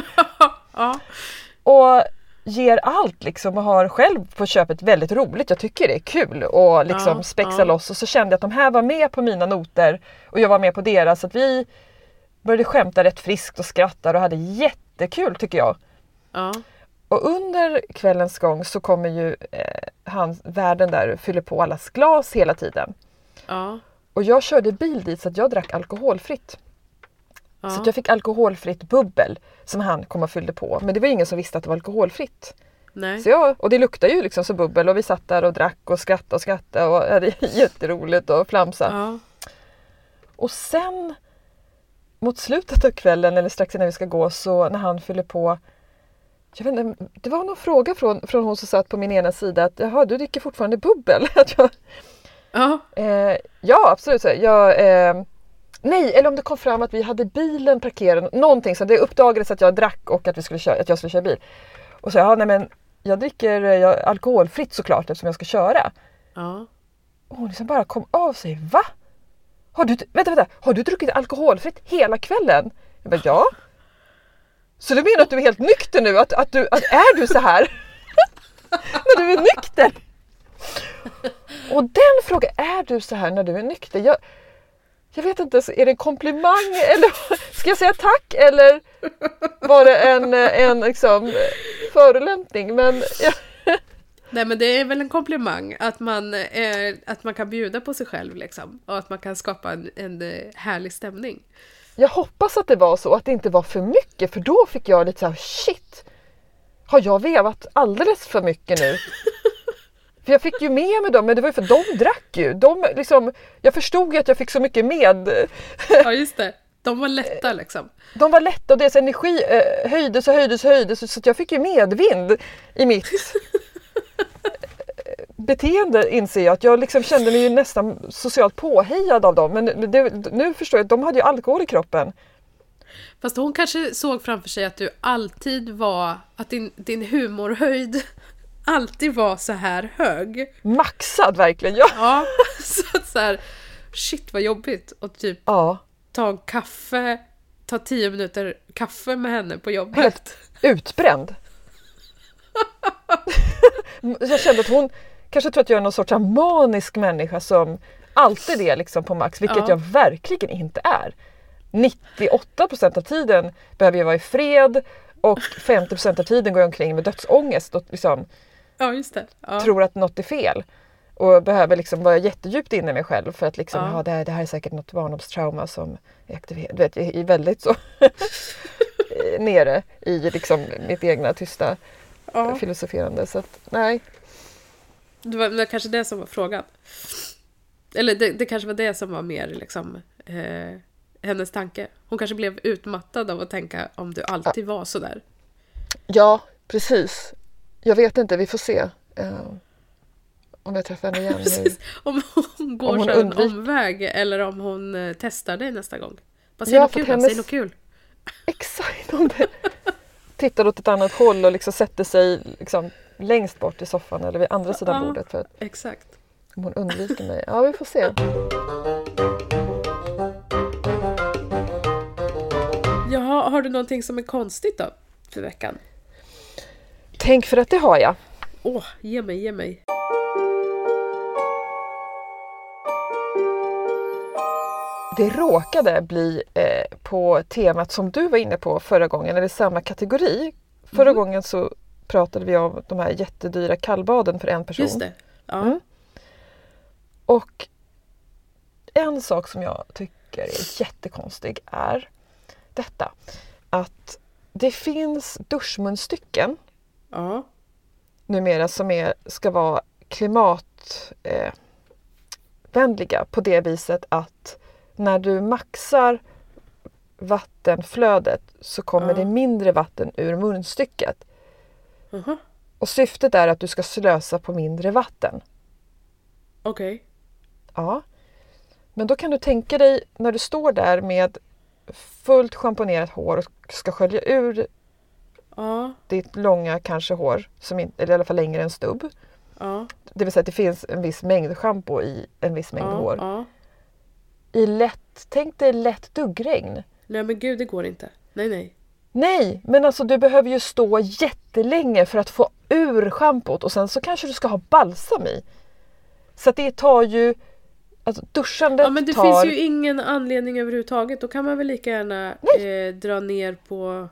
A: Och ger allt liksom och har själv på köpet väldigt roligt. Jag tycker det är kul och liksom spexa loss. Och så kände jag att de här var med på mina noter och jag var med på deras. Så att vi började skämta rätt friskt och skratta och hade jättekul tycker jag. Och under kvällens gång så kommer ju värden där fyller på allas glas hela tiden. Och jag körde bil dit så att jag drack alkoholfritt. Så att jag fick alkoholfritt bubbel som han kom och fyllde på. Men det var ingen som visste att det var alkoholfritt.
B: Nej.
A: Och det luktar ju liksom så bubbel. Och vi satt där och drack och skrattade och hade jätteroligt och flamsa. Och sen mot slutet av kvällen eller strax innan vi ska gå så när han fyller på. Jag vet inte, det var någon fråga från hon som satt på min ena sida. Att jaha, du dricker fortfarande bubbel? Ja, absolut. Nej, eller om det kom fram att vi hade bilen parkerad. Någonting så det uppdagades att jag drack och att jag skulle köra bil. Och så jag dricker alkoholfritt såklart eftersom jag ska köra. Och hon liksom bara kom av sig. Va? Vänta. Har du druckit alkoholfritt hela kvällen? Jag bara, ja. Så du menar att du är helt nykter nu? Att är du så här? När du är nykter? Och den frågan, är du så här när du är nykter? Jag vet inte, är det en komplimang eller ska jag säga tack eller var det en liksom förolämpning? Men
B: Nej, men det är väl en komplimang att man kan bjuda på sig själv liksom, och att man kan skapa en härlig stämning.
A: Jag hoppas att det var så, att det inte var för mycket, för då fick jag lite så här, shit, har jag vevat alldeles för mycket nu? För jag fick ju med dem, men det var ju för de drack ju. Jag förstod ju att jag fick så mycket med.
B: Ja, just det. De var lätta liksom.
A: De var lätta och deras energi höjdes så att jag fick ju medvind i mitt beteende, inser jag. Att jag liksom kände mig ju nästan socialt påhejad av dem. Men nu förstår jag att de hade ju alkohol i kroppen.
B: Fast hon kanske såg framför sig att du alltid var, att din humorhöjd alltid var så här hög.
A: Maxad verkligen, ja.
B: Ja, så här, shit vad jobbigt. Och typ ta 10 minuter kaffe med henne på jobbet.
A: Helt utbränd. Jag kände att hon kanske tror att jag är någon sorts manisk människa som alltid är liksom på max, vilket jag verkligen inte är. 98% av tiden behöver jag vara i fred och 50% av tiden går jag omkring med dödsångest och liksom
B: just det.
A: tror att något är fel. Och behöver liksom vara jättedjupt inne i mig själv för att liksom, det här är säkert något barndomstrauma som är aktiverat. Du vet, jag är väldigt så nere i liksom mitt egna tysta filosoferande. Så att, nej.
B: Det var kanske det som var frågan. Eller det kanske var det som var mer liksom hennes tanke. Hon kanske blev utmattad av att tänka om du alltid var så där.
A: Ja, precis. Jag vet inte, vi får se. Om jag träffar henne igen.
B: Precis. Om hon går
A: hon
B: så en omväg eller om hon testar dig nästa gång. Bara säg
A: Ja,
B: något
A: för
B: kul,
A: hennes-
B: säg något kul.
A: Exakt. Om det tittar åt ett annat håll och liksom sätter sig liksom längst bort i soffan eller vid andra sidan
B: Ja.
A: bordet för att
B: Exakt.
A: om hon undviker mig. Ja, vi får se.
B: Jaha, har du någonting som är konstigt då för veckan?
A: Tänk för att det har jag.
B: Ge mig.
A: Det råkade bli på temat som du var inne på förra gången, eller samma kategori. Förra gången så pratade vi om de här jättedyra kallbaden för en person.
B: Just det. Ja.
A: Mm. Och en sak som jag tycker är jättekonstig är detta. Att det finns duschmunstycken
B: Ja.
A: numera som ska vara klimatvänliga på det viset att när du maxar vattenflödet så kommer det mindre vatten ur munstycket.
B: Jaha.
A: Och syftet är att du ska slösa på mindre vatten.
B: Okej.
A: Ja. Men då kan du tänka dig när du står där med fullt schamponerat hår och ska skölja ur
B: Ja.
A: ditt långa kanske hår, eller i alla fall längre än stubb.
B: Ja.
A: Det vill säga att det finns en viss mängd schampo i en viss mängd hår.
B: Ja.
A: Tänk dig lätt duggregn.
B: Nej men gud, det går inte. Nej.
A: Nej, men alltså du behöver ju stå jättelänge för att få ur schampot och sen så kanske du ska ha balsam i. Så att det tar ju, alltså duschandet
B: Ja men det finns ju ingen anledning överhuvudtaget. Då kan man väl lika gärna dra ner på,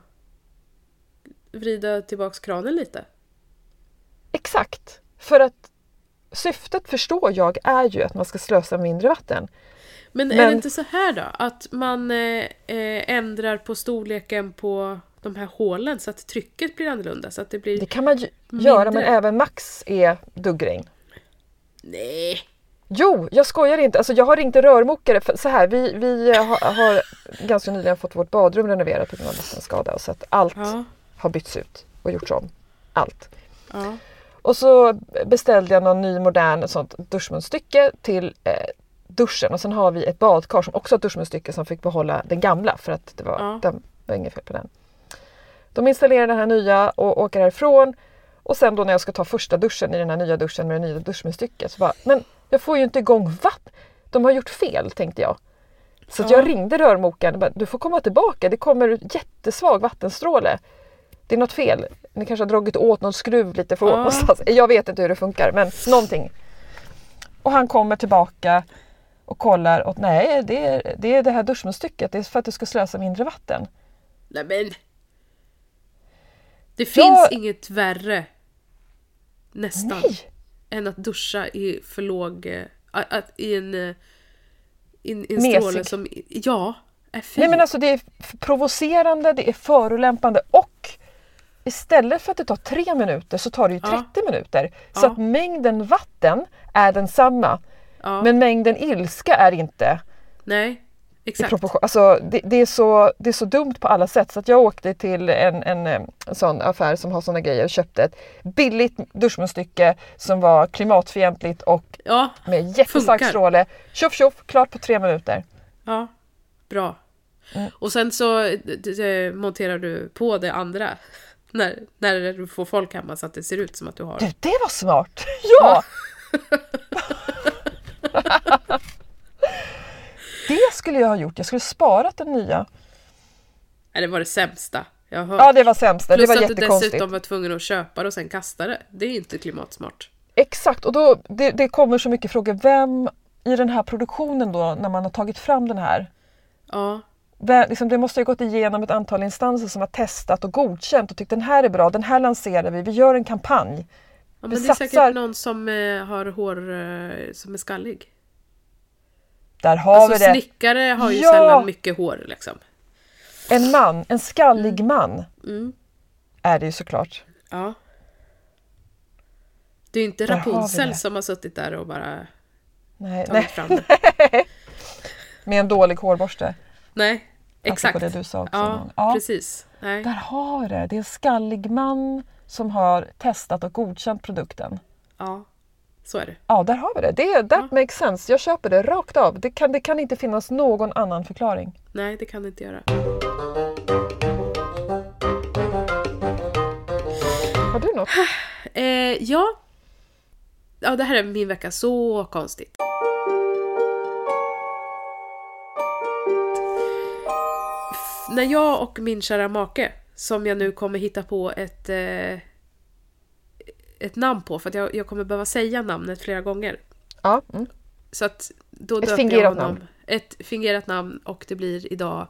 B: vrida tillbaks kranen lite.
A: Exakt, för att syftet förstår jag är ju att man ska slösa mindre vatten.
B: Men är det inte så här då? Att man ändrar på storleken på de här hålen så att trycket blir annorlunda? Så att det blir
A: Det kan man göra, men även max är duggregn.
B: Nej.
A: Jo, jag skojar inte. Alltså jag har ringt en rörmokare. Så här, vi har ganska nyligen fått vårt badrum renoverat på grund av vattenskada. Så att allt har bytts ut och gjorts om. Allt.
B: Ja.
A: Och så beställde jag någon ny modern sånt duschmunstycke till duschen. Och sen har vi ett badkar som också har ett duschmunstycke som fick behålla den gamla. För att det var inget fel på den. De installerar den här nya och åker härifrån. Och sen då när jag ska ta första duschen i den här nya duschen med det nya duschmunstycket så bara, men jag får ju inte igång vatten. De har gjort fel, tänkte jag. Så att jag ringde rörmokaren och bara, du får komma tillbaka. Det kommer jättesvag vattenstråle. Det är något fel. Ni kanske har dragit åt någon skruv lite för någonstans. Jag vet inte hur det funkar, men någonting. Och han kommer tillbaka och kollar och nej, det är det här duschmunstycket. Det är för att du ska slösa mindre vatten.
B: Nej men. Det finns inget värre. Nästan.
A: Nej.
B: Än att duscha i för låg... I en stråle som... Ja, är fin.
A: Nej men alltså det är provocerande, det är förolämpande och istället för att det tar 3 minuter så tar det ju 30 minuter. Så att mängden vatten är densamma. Ja. Men mängden ilska är inte.
B: Nej, exakt.
A: Alltså det är så dumt på alla sätt så att jag åkte till en sån affär som har såna grejer och köpte ett billigt duschmunstycke som var klimatfientligt och med jättestark stråle. Tjoff, klart på 3 minuter.
B: Ja, bra. Och sen så monterar du på det andra när du får folk hemma så att det ser ut som att du har...
A: Du, det var smart! Ja! Det skulle jag ha gjort. Jag skulle sparat den nya.
B: Nej, det var det sämsta jag har hört.
A: Ja, det var sämsta.
B: Plus
A: det var
B: att
A: jättekonstigt.
B: du dessutom var tvungen att köpa det och sen kasta det. Det är inte klimatsmart.
A: Exakt, och då det kommer så mycket frågor. Vem i den här produktionen då, när man har tagit fram den här?
B: Ja.
A: Det måste ju gått igenom ett antal instanser som har testat och godkänt och tyckt den här är bra, den här lanserar vi gör en kampanj.
B: Ja, men det är säkert någon som har hår som är skallig.
A: Där har vi det.
B: Snickare har ju sällan mycket hår liksom.
A: En skallig man är det ju såklart.
B: Ja. Det är ju inte Rapunzel som har suttit där och bara tagit fram det.
A: Med en dålig hårborste.
B: Nej, exakt.
A: Apropå det du sa också.
B: Ja, precis. Nej.
A: Där har det. Det är en skallig man som har testat och godkänt produkten.
B: Ja, så är det.
A: Ja, där har vi det. That makes sense. Jag köper det rakt av. Det kan inte finnas någon annan förklaring.
B: Nej, det kan det inte göra.
A: Har du något?
B: Ja, det här är min vecka. Så konstigt. När jag och min kära make, som jag nu kommer hitta på ett namn på, för att jag kommer behöva säga namnet flera gånger.
A: Ja.
B: Så att då
A: ett fingerat namn.
B: Ett fingerat namn, och det blir idag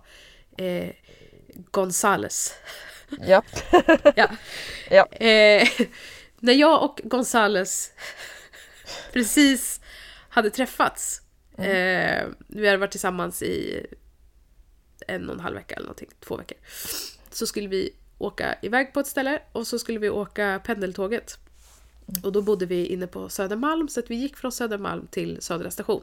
B: Gonzales.
A: Ja.
B: Ja. När jag och Gonzales precis hade träffats, vi hade varit tillsammans i 1,5 vecka eller någonting, 2 veckor, så skulle vi åka iväg på ett ställe och så skulle vi åka pendeltåget. Och då bodde vi inne på Södermalm, så att vi gick från Södermalm till Södra station.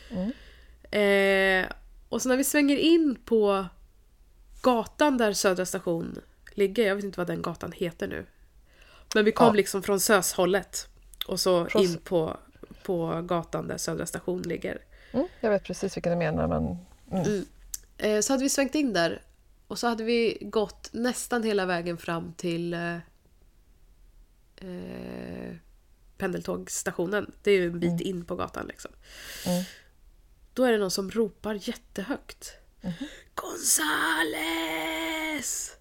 B: Och så när vi svänger in på gatan där Södra station ligger, jag vet inte vad den gatan heter nu, men vi kom liksom från Söshållet och så in på gatan där Södra station ligger.
A: Jag vet precis vilken du menar, men...
B: Så hade vi svängt in där och så hade vi gått nästan hela vägen fram till pendeltågsstationen. Det är ju en bit in på gatan liksom. Då är det någon som ropar jättehögt. Gonzales!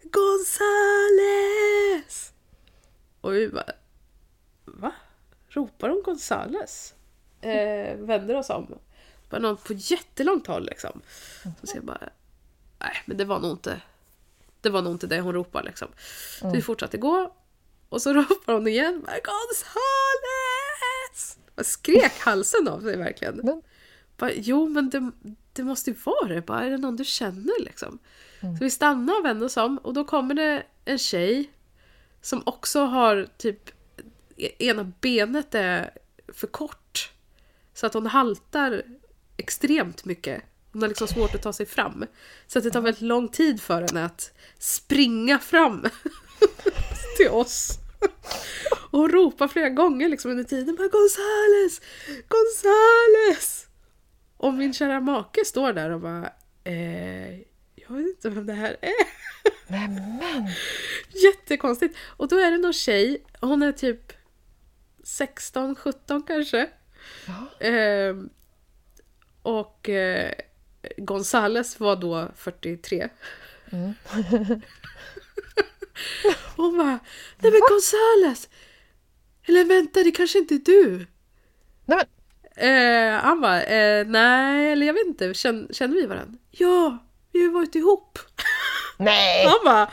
B: Gonzales! Och vi bara, va? Ropar de Gonzales? Vänder oss om. Bara någon på jättelångt håll liksom. Så ser jag bara, nej, men det var nog inte det hon ropar liksom. Så vi fortsatte gå. Och så ropar hon igen, Gonzales! Och skrek halsen av sig verkligen. Bara, jo, men det måste ju vara det. Bara, är det någon du känner liksom? Så vi stannar och vänder oss om. Och då kommer det en tjej som också har typ, ena benet är för kort. Så att hon haltar extremt mycket. Hon har liksom svårt att ta sig fram. Så att det tar väldigt lång tid för henne att springa fram till oss. Och hon ropar flera gånger liksom under tiden. Bara, Gonzales! Gonzales! Och min kära make står där och bara, jag vet inte vem det här är.
A: Nämen!
B: Jättekonstigt. Och då är det någon tjej, hon är typ 16-17 kanske. Och Gonzales var då 43. Hon bara, nej men Gonzales! Eller vänta, det kanske inte är du.
A: Nej men...
B: Han bara, nej, eller jag vet inte, känner vi varandra? Ja, vi har varit ihop.
A: Nej!
B: Han bara,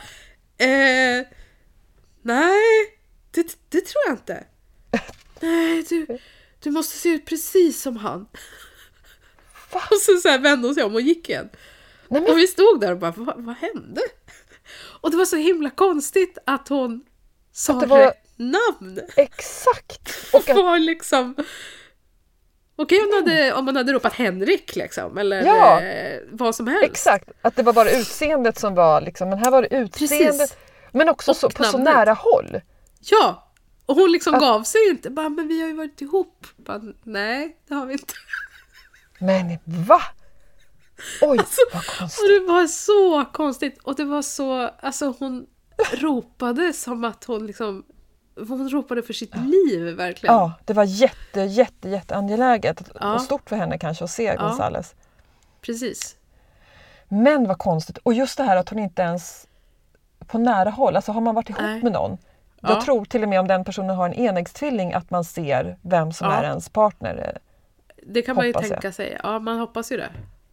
B: nej, det tror jag inte. Nej, du måste se ut precis som han.
A: Va?
B: Och så här vände hon sig om och gick igen. Nej, men... Och vi stod där och bara, vad hände? Och det var så himla konstigt att hon sa att det var... rätt namn.
A: Exakt.
B: Och var liksom... Okej, om man hade ropat Henrik liksom, eller vad som helst.
A: Exakt, att det var bara utseendet som var liksom, men här var det utseendet. Precis. Men också så, på så nära håll.
B: Ja, och hon liksom gav sig inte. Bara, men vi har ju varit ihop. Bara, nej, det har vi inte.
A: Men va? Oj,
B: alltså,
A: vad konstigt.
B: Och det var så konstigt. Och det var så, alltså hon ropade som att hon liksom, hon ropade för sitt liv verkligen.
A: Ja, det var jätte angeläget och stort för henne kanske att se Gonzales.
B: Precis.
A: Men vad konstigt. Och just det här att hon inte ens på nära håll, alltså har man varit ihop med någon. Jag tror till och med om den personen har en enäggstvilling att man ser vem som är ens partner.
B: Det kan man ju tänka sig. Ja, man hoppas ju det.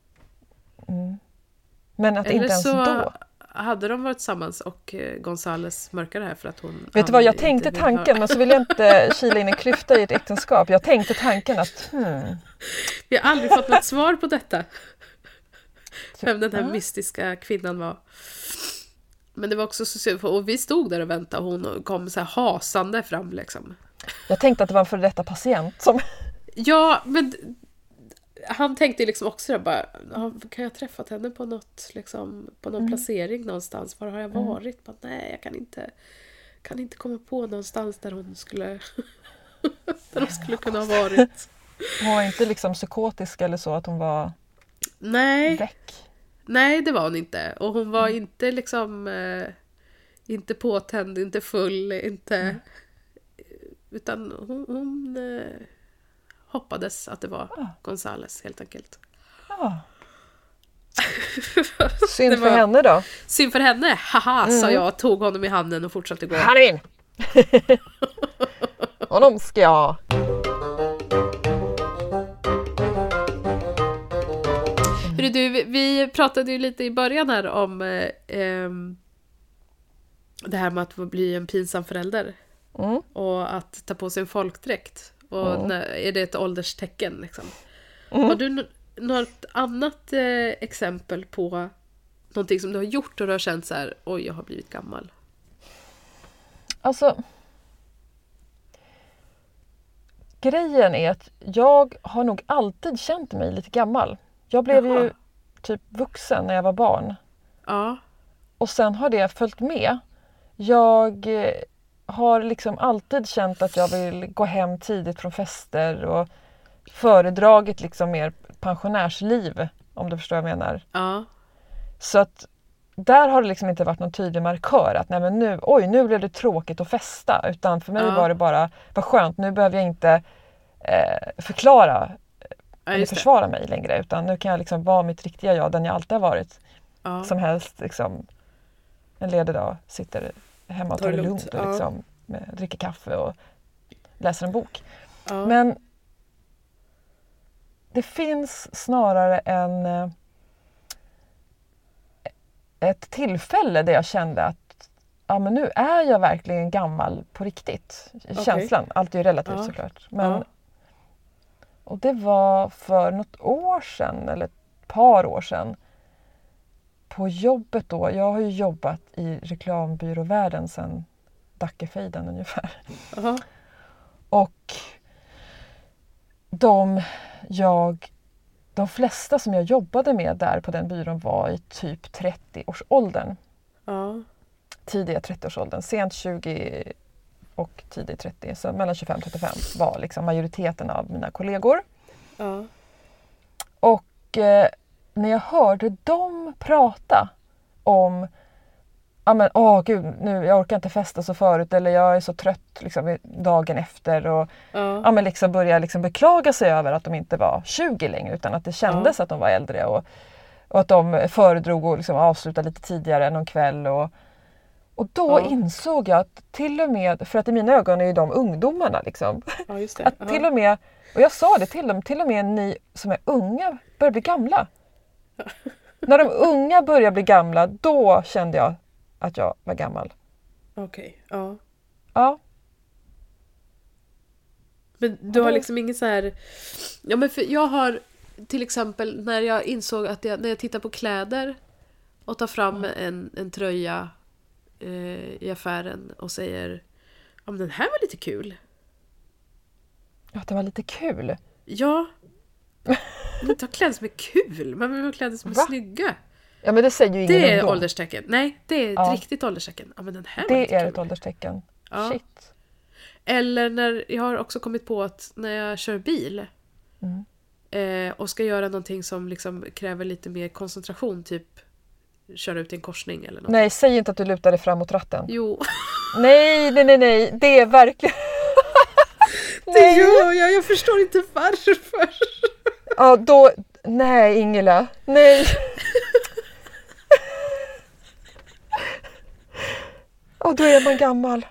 A: Men att inte ens då.
B: Hade de varit tillsammans och Gonzales mörkade här för att hon...
A: Vet du vad, jag tänkte tanken, men så vill jag inte kila in en klyfta i ett äktenskap. Jag tänkte tanken att...
B: Vi har aldrig fått något svar på detta. Vem den här mystiska kvinnan var. Men det var också så synd, och vi stod där och väntade och hon kom så här hasande fram liksom.
A: Jag tänkte att det var en före detta patient som...
B: Ja, men han tänkte liksom också bara, kan jag träffat henne på något liksom, på någon placering någonstans? Var har jag varit? Bara, nej, jag kan inte komma på någonstans där hon skulle där hon skulle kunna ha varit.
A: Hon var inte liksom psykotisk eller så att hon var väck?
B: Nej, det var hon inte. Och hon var inte liksom inte påtänd, inte full, inte utan hon hoppades att det var Gonzales helt enkelt.
A: Synd för henne då?
B: Synd för henne, haha, sa jag, tog honom i handen och fortsatte gå.
A: Han är in! Honom ska jag.
B: Du, vi pratade ju lite i början här om det här med att bli en pinsam förälder. Och att ta på sig en folkdräkt. Och är det ett ålderstecken liksom. Har du något annat exempel på någonting som du har gjort och du har känt så här, oj, jag har blivit gammal?
A: Alltså, grejen är att jag har nog alltid känt mig lite gammal. Jag blev ju typ vuxen när jag var barn.
B: Ja.
A: Och sen har det följt med. Jag har liksom alltid känt att jag vill gå hem tidigt från fester och föredragit liksom mer pensionärsliv, om du förstår vad jag menar.
B: Ja.
A: Så att där har det liksom inte varit någon tydlig markör att nej men nu blev det tråkigt att festa, utan för mig var det bara, vad skönt, nu behöver jag inte förklara eller försvara mig längre, utan nu kan jag liksom vara mitt riktiga jag, den jag alltid har varit. Som helst liksom en ledig dag sitter hemma och tar det lugnt och liksom dricker kaffe och läser en bok. Men det finns snarare ett tillfälle där jag kände att men nu är jag verkligen gammal på riktigt. Känslan, allt är ju relativt såklart. Men, och det var för något år sedan eller ett par år sedan på jobbet då. Jag har ju jobbat i reklambyråvärlden sedan Dackefejden ungefär. Och de flesta som jag jobbade med där på den byrån var i typ 30-årsåldern. Tidiga 30-årsåldern, sent 20 och tidigt 30, så mellan 25-35 var liksom majoriteten av mina kollegor. Och när jag hörde dem prata om gud, nu jag orkar inte festa så förut, eller jag är så trött liksom dagen efter och liksom börja liksom beklaga sig över att de inte var 20 längre, utan att det kändes att de var äldre och att de föredrog att liksom avsluta lite tidigare någon kväll och då insåg jag att till och med, för att i mina ögon är ju de ungdomarna liksom,
B: just det.
A: att till och med, och jag sa det till dem, till och med ni som är unga börjar bli gamla. När de unga börjar bli gamla, då kände jag att jag var gammal. Ja.
B: Men du har liksom ingen så här... Ja, men för jag har till exempel när jag insåg att när jag tittar på kläder och tar fram en tröja i affären och säger om den här var lite kul.
A: Ja, det var lite kul.
B: Ja. Man inte ha kläder som är kul. Man vill ha kläder som är snygga.
A: Ja, men det säger ju ingen
B: Det är
A: ungdom.
B: ålderstecken. Nej, det är ett riktigt ålderstecken. Ja, men den här
A: det är ett ålderstecken. Shit.
B: Eller när jag har också kommit på att när jag kör bil och ska göra någonting som liksom kräver lite mer koncentration, typ köra ut i en korsning eller något.
A: Nej, säg inte att du lutar dig fram mot ratten.
B: Jo.
A: Nej. Det är verkligen...
B: Det gör jag förstår inte varför.
A: Ja, då... Nej, Ingela. Nej. Och då är man gammal.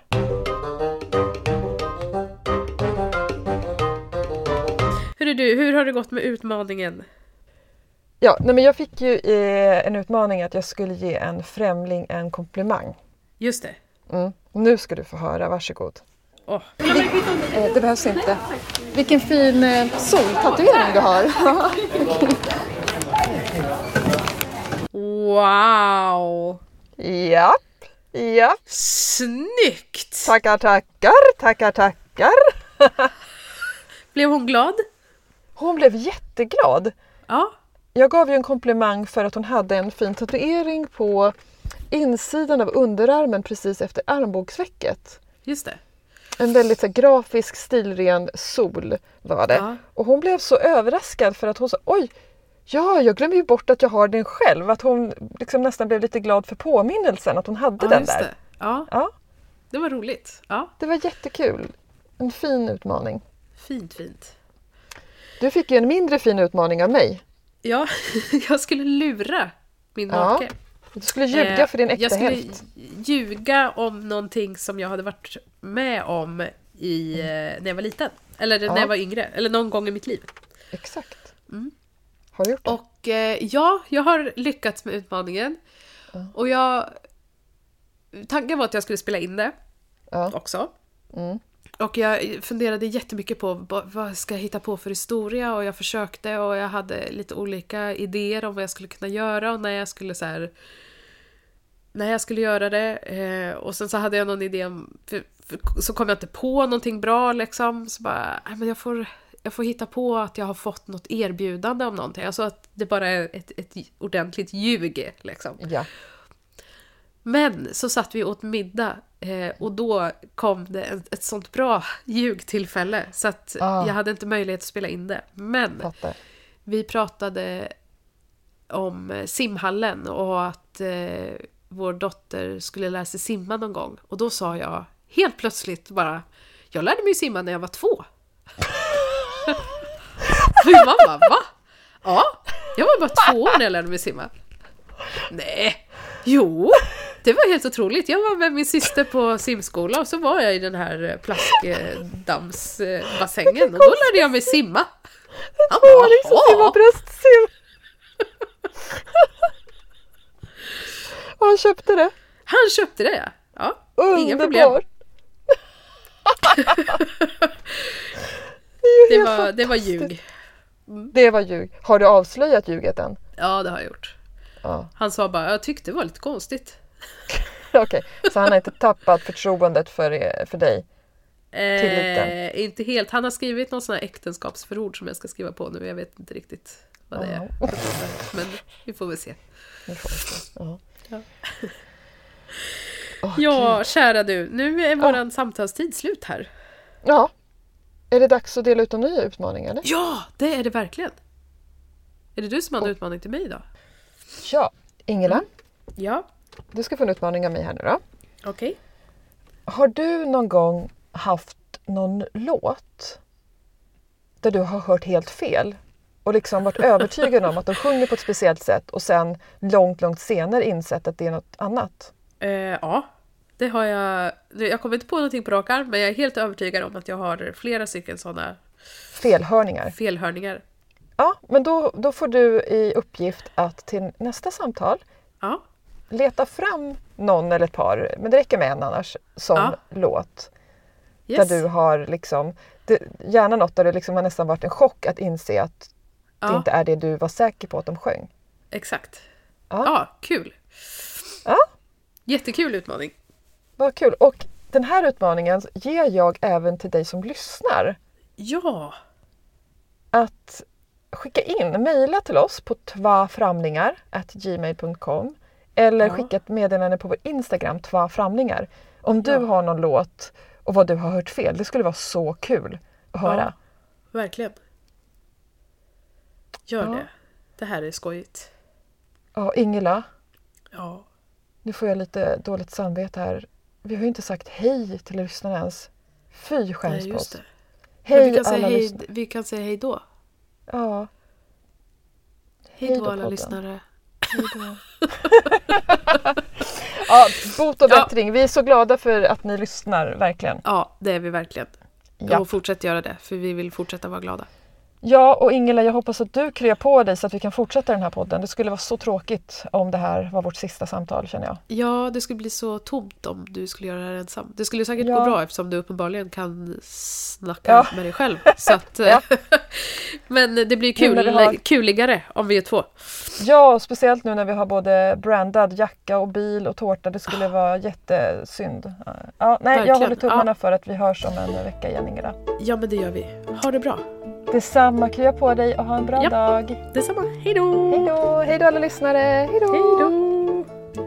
B: Hur har det gått med utmaningen?
A: Ja, men jag fick ju en utmaning att jag skulle ge en främling en komplimang.
B: Just det.
A: Nu ska du få höra, varsågod.
E: Det behövs inte. Vilken fin soltatuering du har.
B: Wow!
A: Japp.
B: Snyggt!
A: Tackar.
B: Blev hon glad?
A: Hon blev jätteglad.
B: Ja.
A: Jag gav ju en komplimang för att hon hade en fin tatuering på insidan av underarmen precis efter armbågsvecket.
B: Just det.
A: En väldigt så här, grafisk, stilren sol var det.
B: Ja.
A: Och hon blev så överraskad för att hon sa, oj, ja, jag glömde ju bort att jag har den själv. Att hon liksom nästan blev lite glad för påminnelsen att hon hade den
B: just
A: där.
B: det. Ja.
A: Ja,
B: Det var roligt. Ja.
A: det var jättekul. En fin utmaning.
B: Fint.
A: Du fick ju en mindre fin utmaning av mig.
B: Ja, jag skulle lura min make.
A: Du skulle ljuga för din äkta
B: Jag skulle
A: hälft.
B: ljuga om någonting som jag hade varit med om när jag var liten. Eller när jag var yngre. Eller någon gång i mitt liv.
A: Exakt. Har du gjort det?
B: Och jag har lyckats med utmaningen. Och tanken var att jag skulle spela in det också. Och jag funderade jättemycket på vad ska jag hitta på för historia, och jag försökte, och jag hade lite olika idéer om vad jag skulle kunna göra och när jag skulle göra det. Och sen så hade jag någon idé om, så kom jag inte på någonting bra liksom, så bara, men jag får hitta på att jag har fått något erbjudande om någonting. Alltså att det bara är ett ordentligt ljug liksom.
A: Ja.
B: Men så satt vi åt middag och då kom det ett sånt bra ljugtillfälle så att jag hade inte möjlighet att spela in det. Men vi pratade om simhallen och att vår dotter skulle lära sig simma någon gång. Och då sa jag helt plötsligt bara, jag lärde mig simma när jag var 2. Min mamma, va? Ja, jag var bara 2 år när jag lärde mig simma. Nej, jo, det var helt otroligt. Jag var med min syster på simskola och så var jag i den här plaskdammsbassängen och då lärde jag mig simma.
A: En tvååring som simmar bröstsim. Och han köpte det.
B: Han köpte det, ja. Inga problem.
A: Underbart.
B: Det var ljug.
A: Det var ljug. Har du avslöjat ljuget än?
B: Ja, det har jag gjort.
A: Ja.
B: Han sa bara, jag tyckte det var lite konstigt.
A: Okej, så han har inte tappat förtroendet för dig?
B: Inte helt. Han har skrivit någon sån här äktenskapsförord som jag ska skriva på nu. Jag vet inte riktigt vad det är. Men vi får väl se. Ja, kära du. Nu är våran samtalstid slut här.
A: Ja. Är det dags att dela ut de nya utmaningarna?
B: Ja, det är det verkligen. Är det du som har en utmaning till mig idag?
A: Ja, Ingela.
B: Ja.
A: Du ska få en utmaning av mig här nu då.
B: Okej.
A: Har du någon gång haft någon låt där du har hört helt fel och liksom varit övertygad om att de sjunger på ett speciellt sätt och sen långt senare insett att det är något annat?
B: Ja, det har jag. Jag kommer inte på någonting på rak arm, men jag är helt övertygad om att jag har flera stycken sådana felhörningar.
A: Ja, men då får du i uppgift att till nästa samtal leta fram någon eller ett par, men det räcker med en annars, som låt. Yes. Där du har liksom, gärna något där det liksom har nästan varit en chock att inse att det inte är det du var säker på att de sjöng.
B: Exakt. Ja, kul.
A: Ja.
B: Jättekul utmaning.
A: Vad kul. Och den här utmaningen ger jag även till dig som lyssnar.
B: Ja.
A: Att skicka in, mejla till oss på tvaframlingar@gmail.com eller skicka ett meddelande på vår Instagram, tvaframlingar. Om du har någon låt och vad du har hört fel. Det skulle vara så kul att höra.
B: Ja, verkligen. Gör det. Det här är skojigt.
A: Ja, Ingela.
B: Ja.
A: Nu får jag lite dåligt samvete här. Vi har ju inte sagt hej till lyssnarna ens. Fy, skäms på oss. Hej alla lyssnare.
B: Vi kan säga hej då.
A: Ja.
B: Hej då alla lyssnare.
A: Hej då. Ja, bot och bättring. Vi är så glada för att ni lyssnar, verkligen.
B: Ja, det är vi verkligen. Och fortsätt göra det, för vi vill fortsätta vara glada.
A: Ja, och Ingela, jag hoppas att du kryar på dig så att vi kan fortsätta den här podden. Det skulle vara så tråkigt om det här var vårt sista samtal, känner jag. Ja,
B: det skulle bli så tomt om du skulle göra det här ensam. Det skulle säkert gå bra eftersom du uppenbarligen kan snacka med dig själv. Så att, men det blir kuligare om vi är 2.
A: Ja, speciellt nu när vi har både brandad jacka och bil och tårta. Det skulle vara jättesynd. Ja, nej, jag håller tummarna för att vi hörs om en vecka igen, Ingela.
B: Ja, men det gör vi. Ha det bra.
A: Detsamma, krya på dig och ha en bra dag.
B: Detsamma, hej då!
A: Hej då, hej då alla lyssnare. Hej då!
B: Hej då!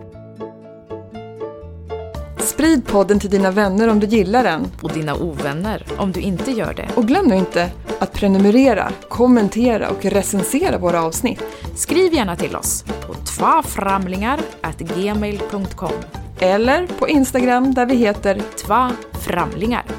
D: Sprid podden till dina vänner om du gillar den.
C: Och dina ovänner om du inte gör det.
D: Och glöm nu inte att prenumerera, kommentera och recensera våra avsnitt.
C: Skriv gärna till oss på tvaframlingar@gmail.com
D: Eller på Instagram där vi heter
C: tvaframlingar.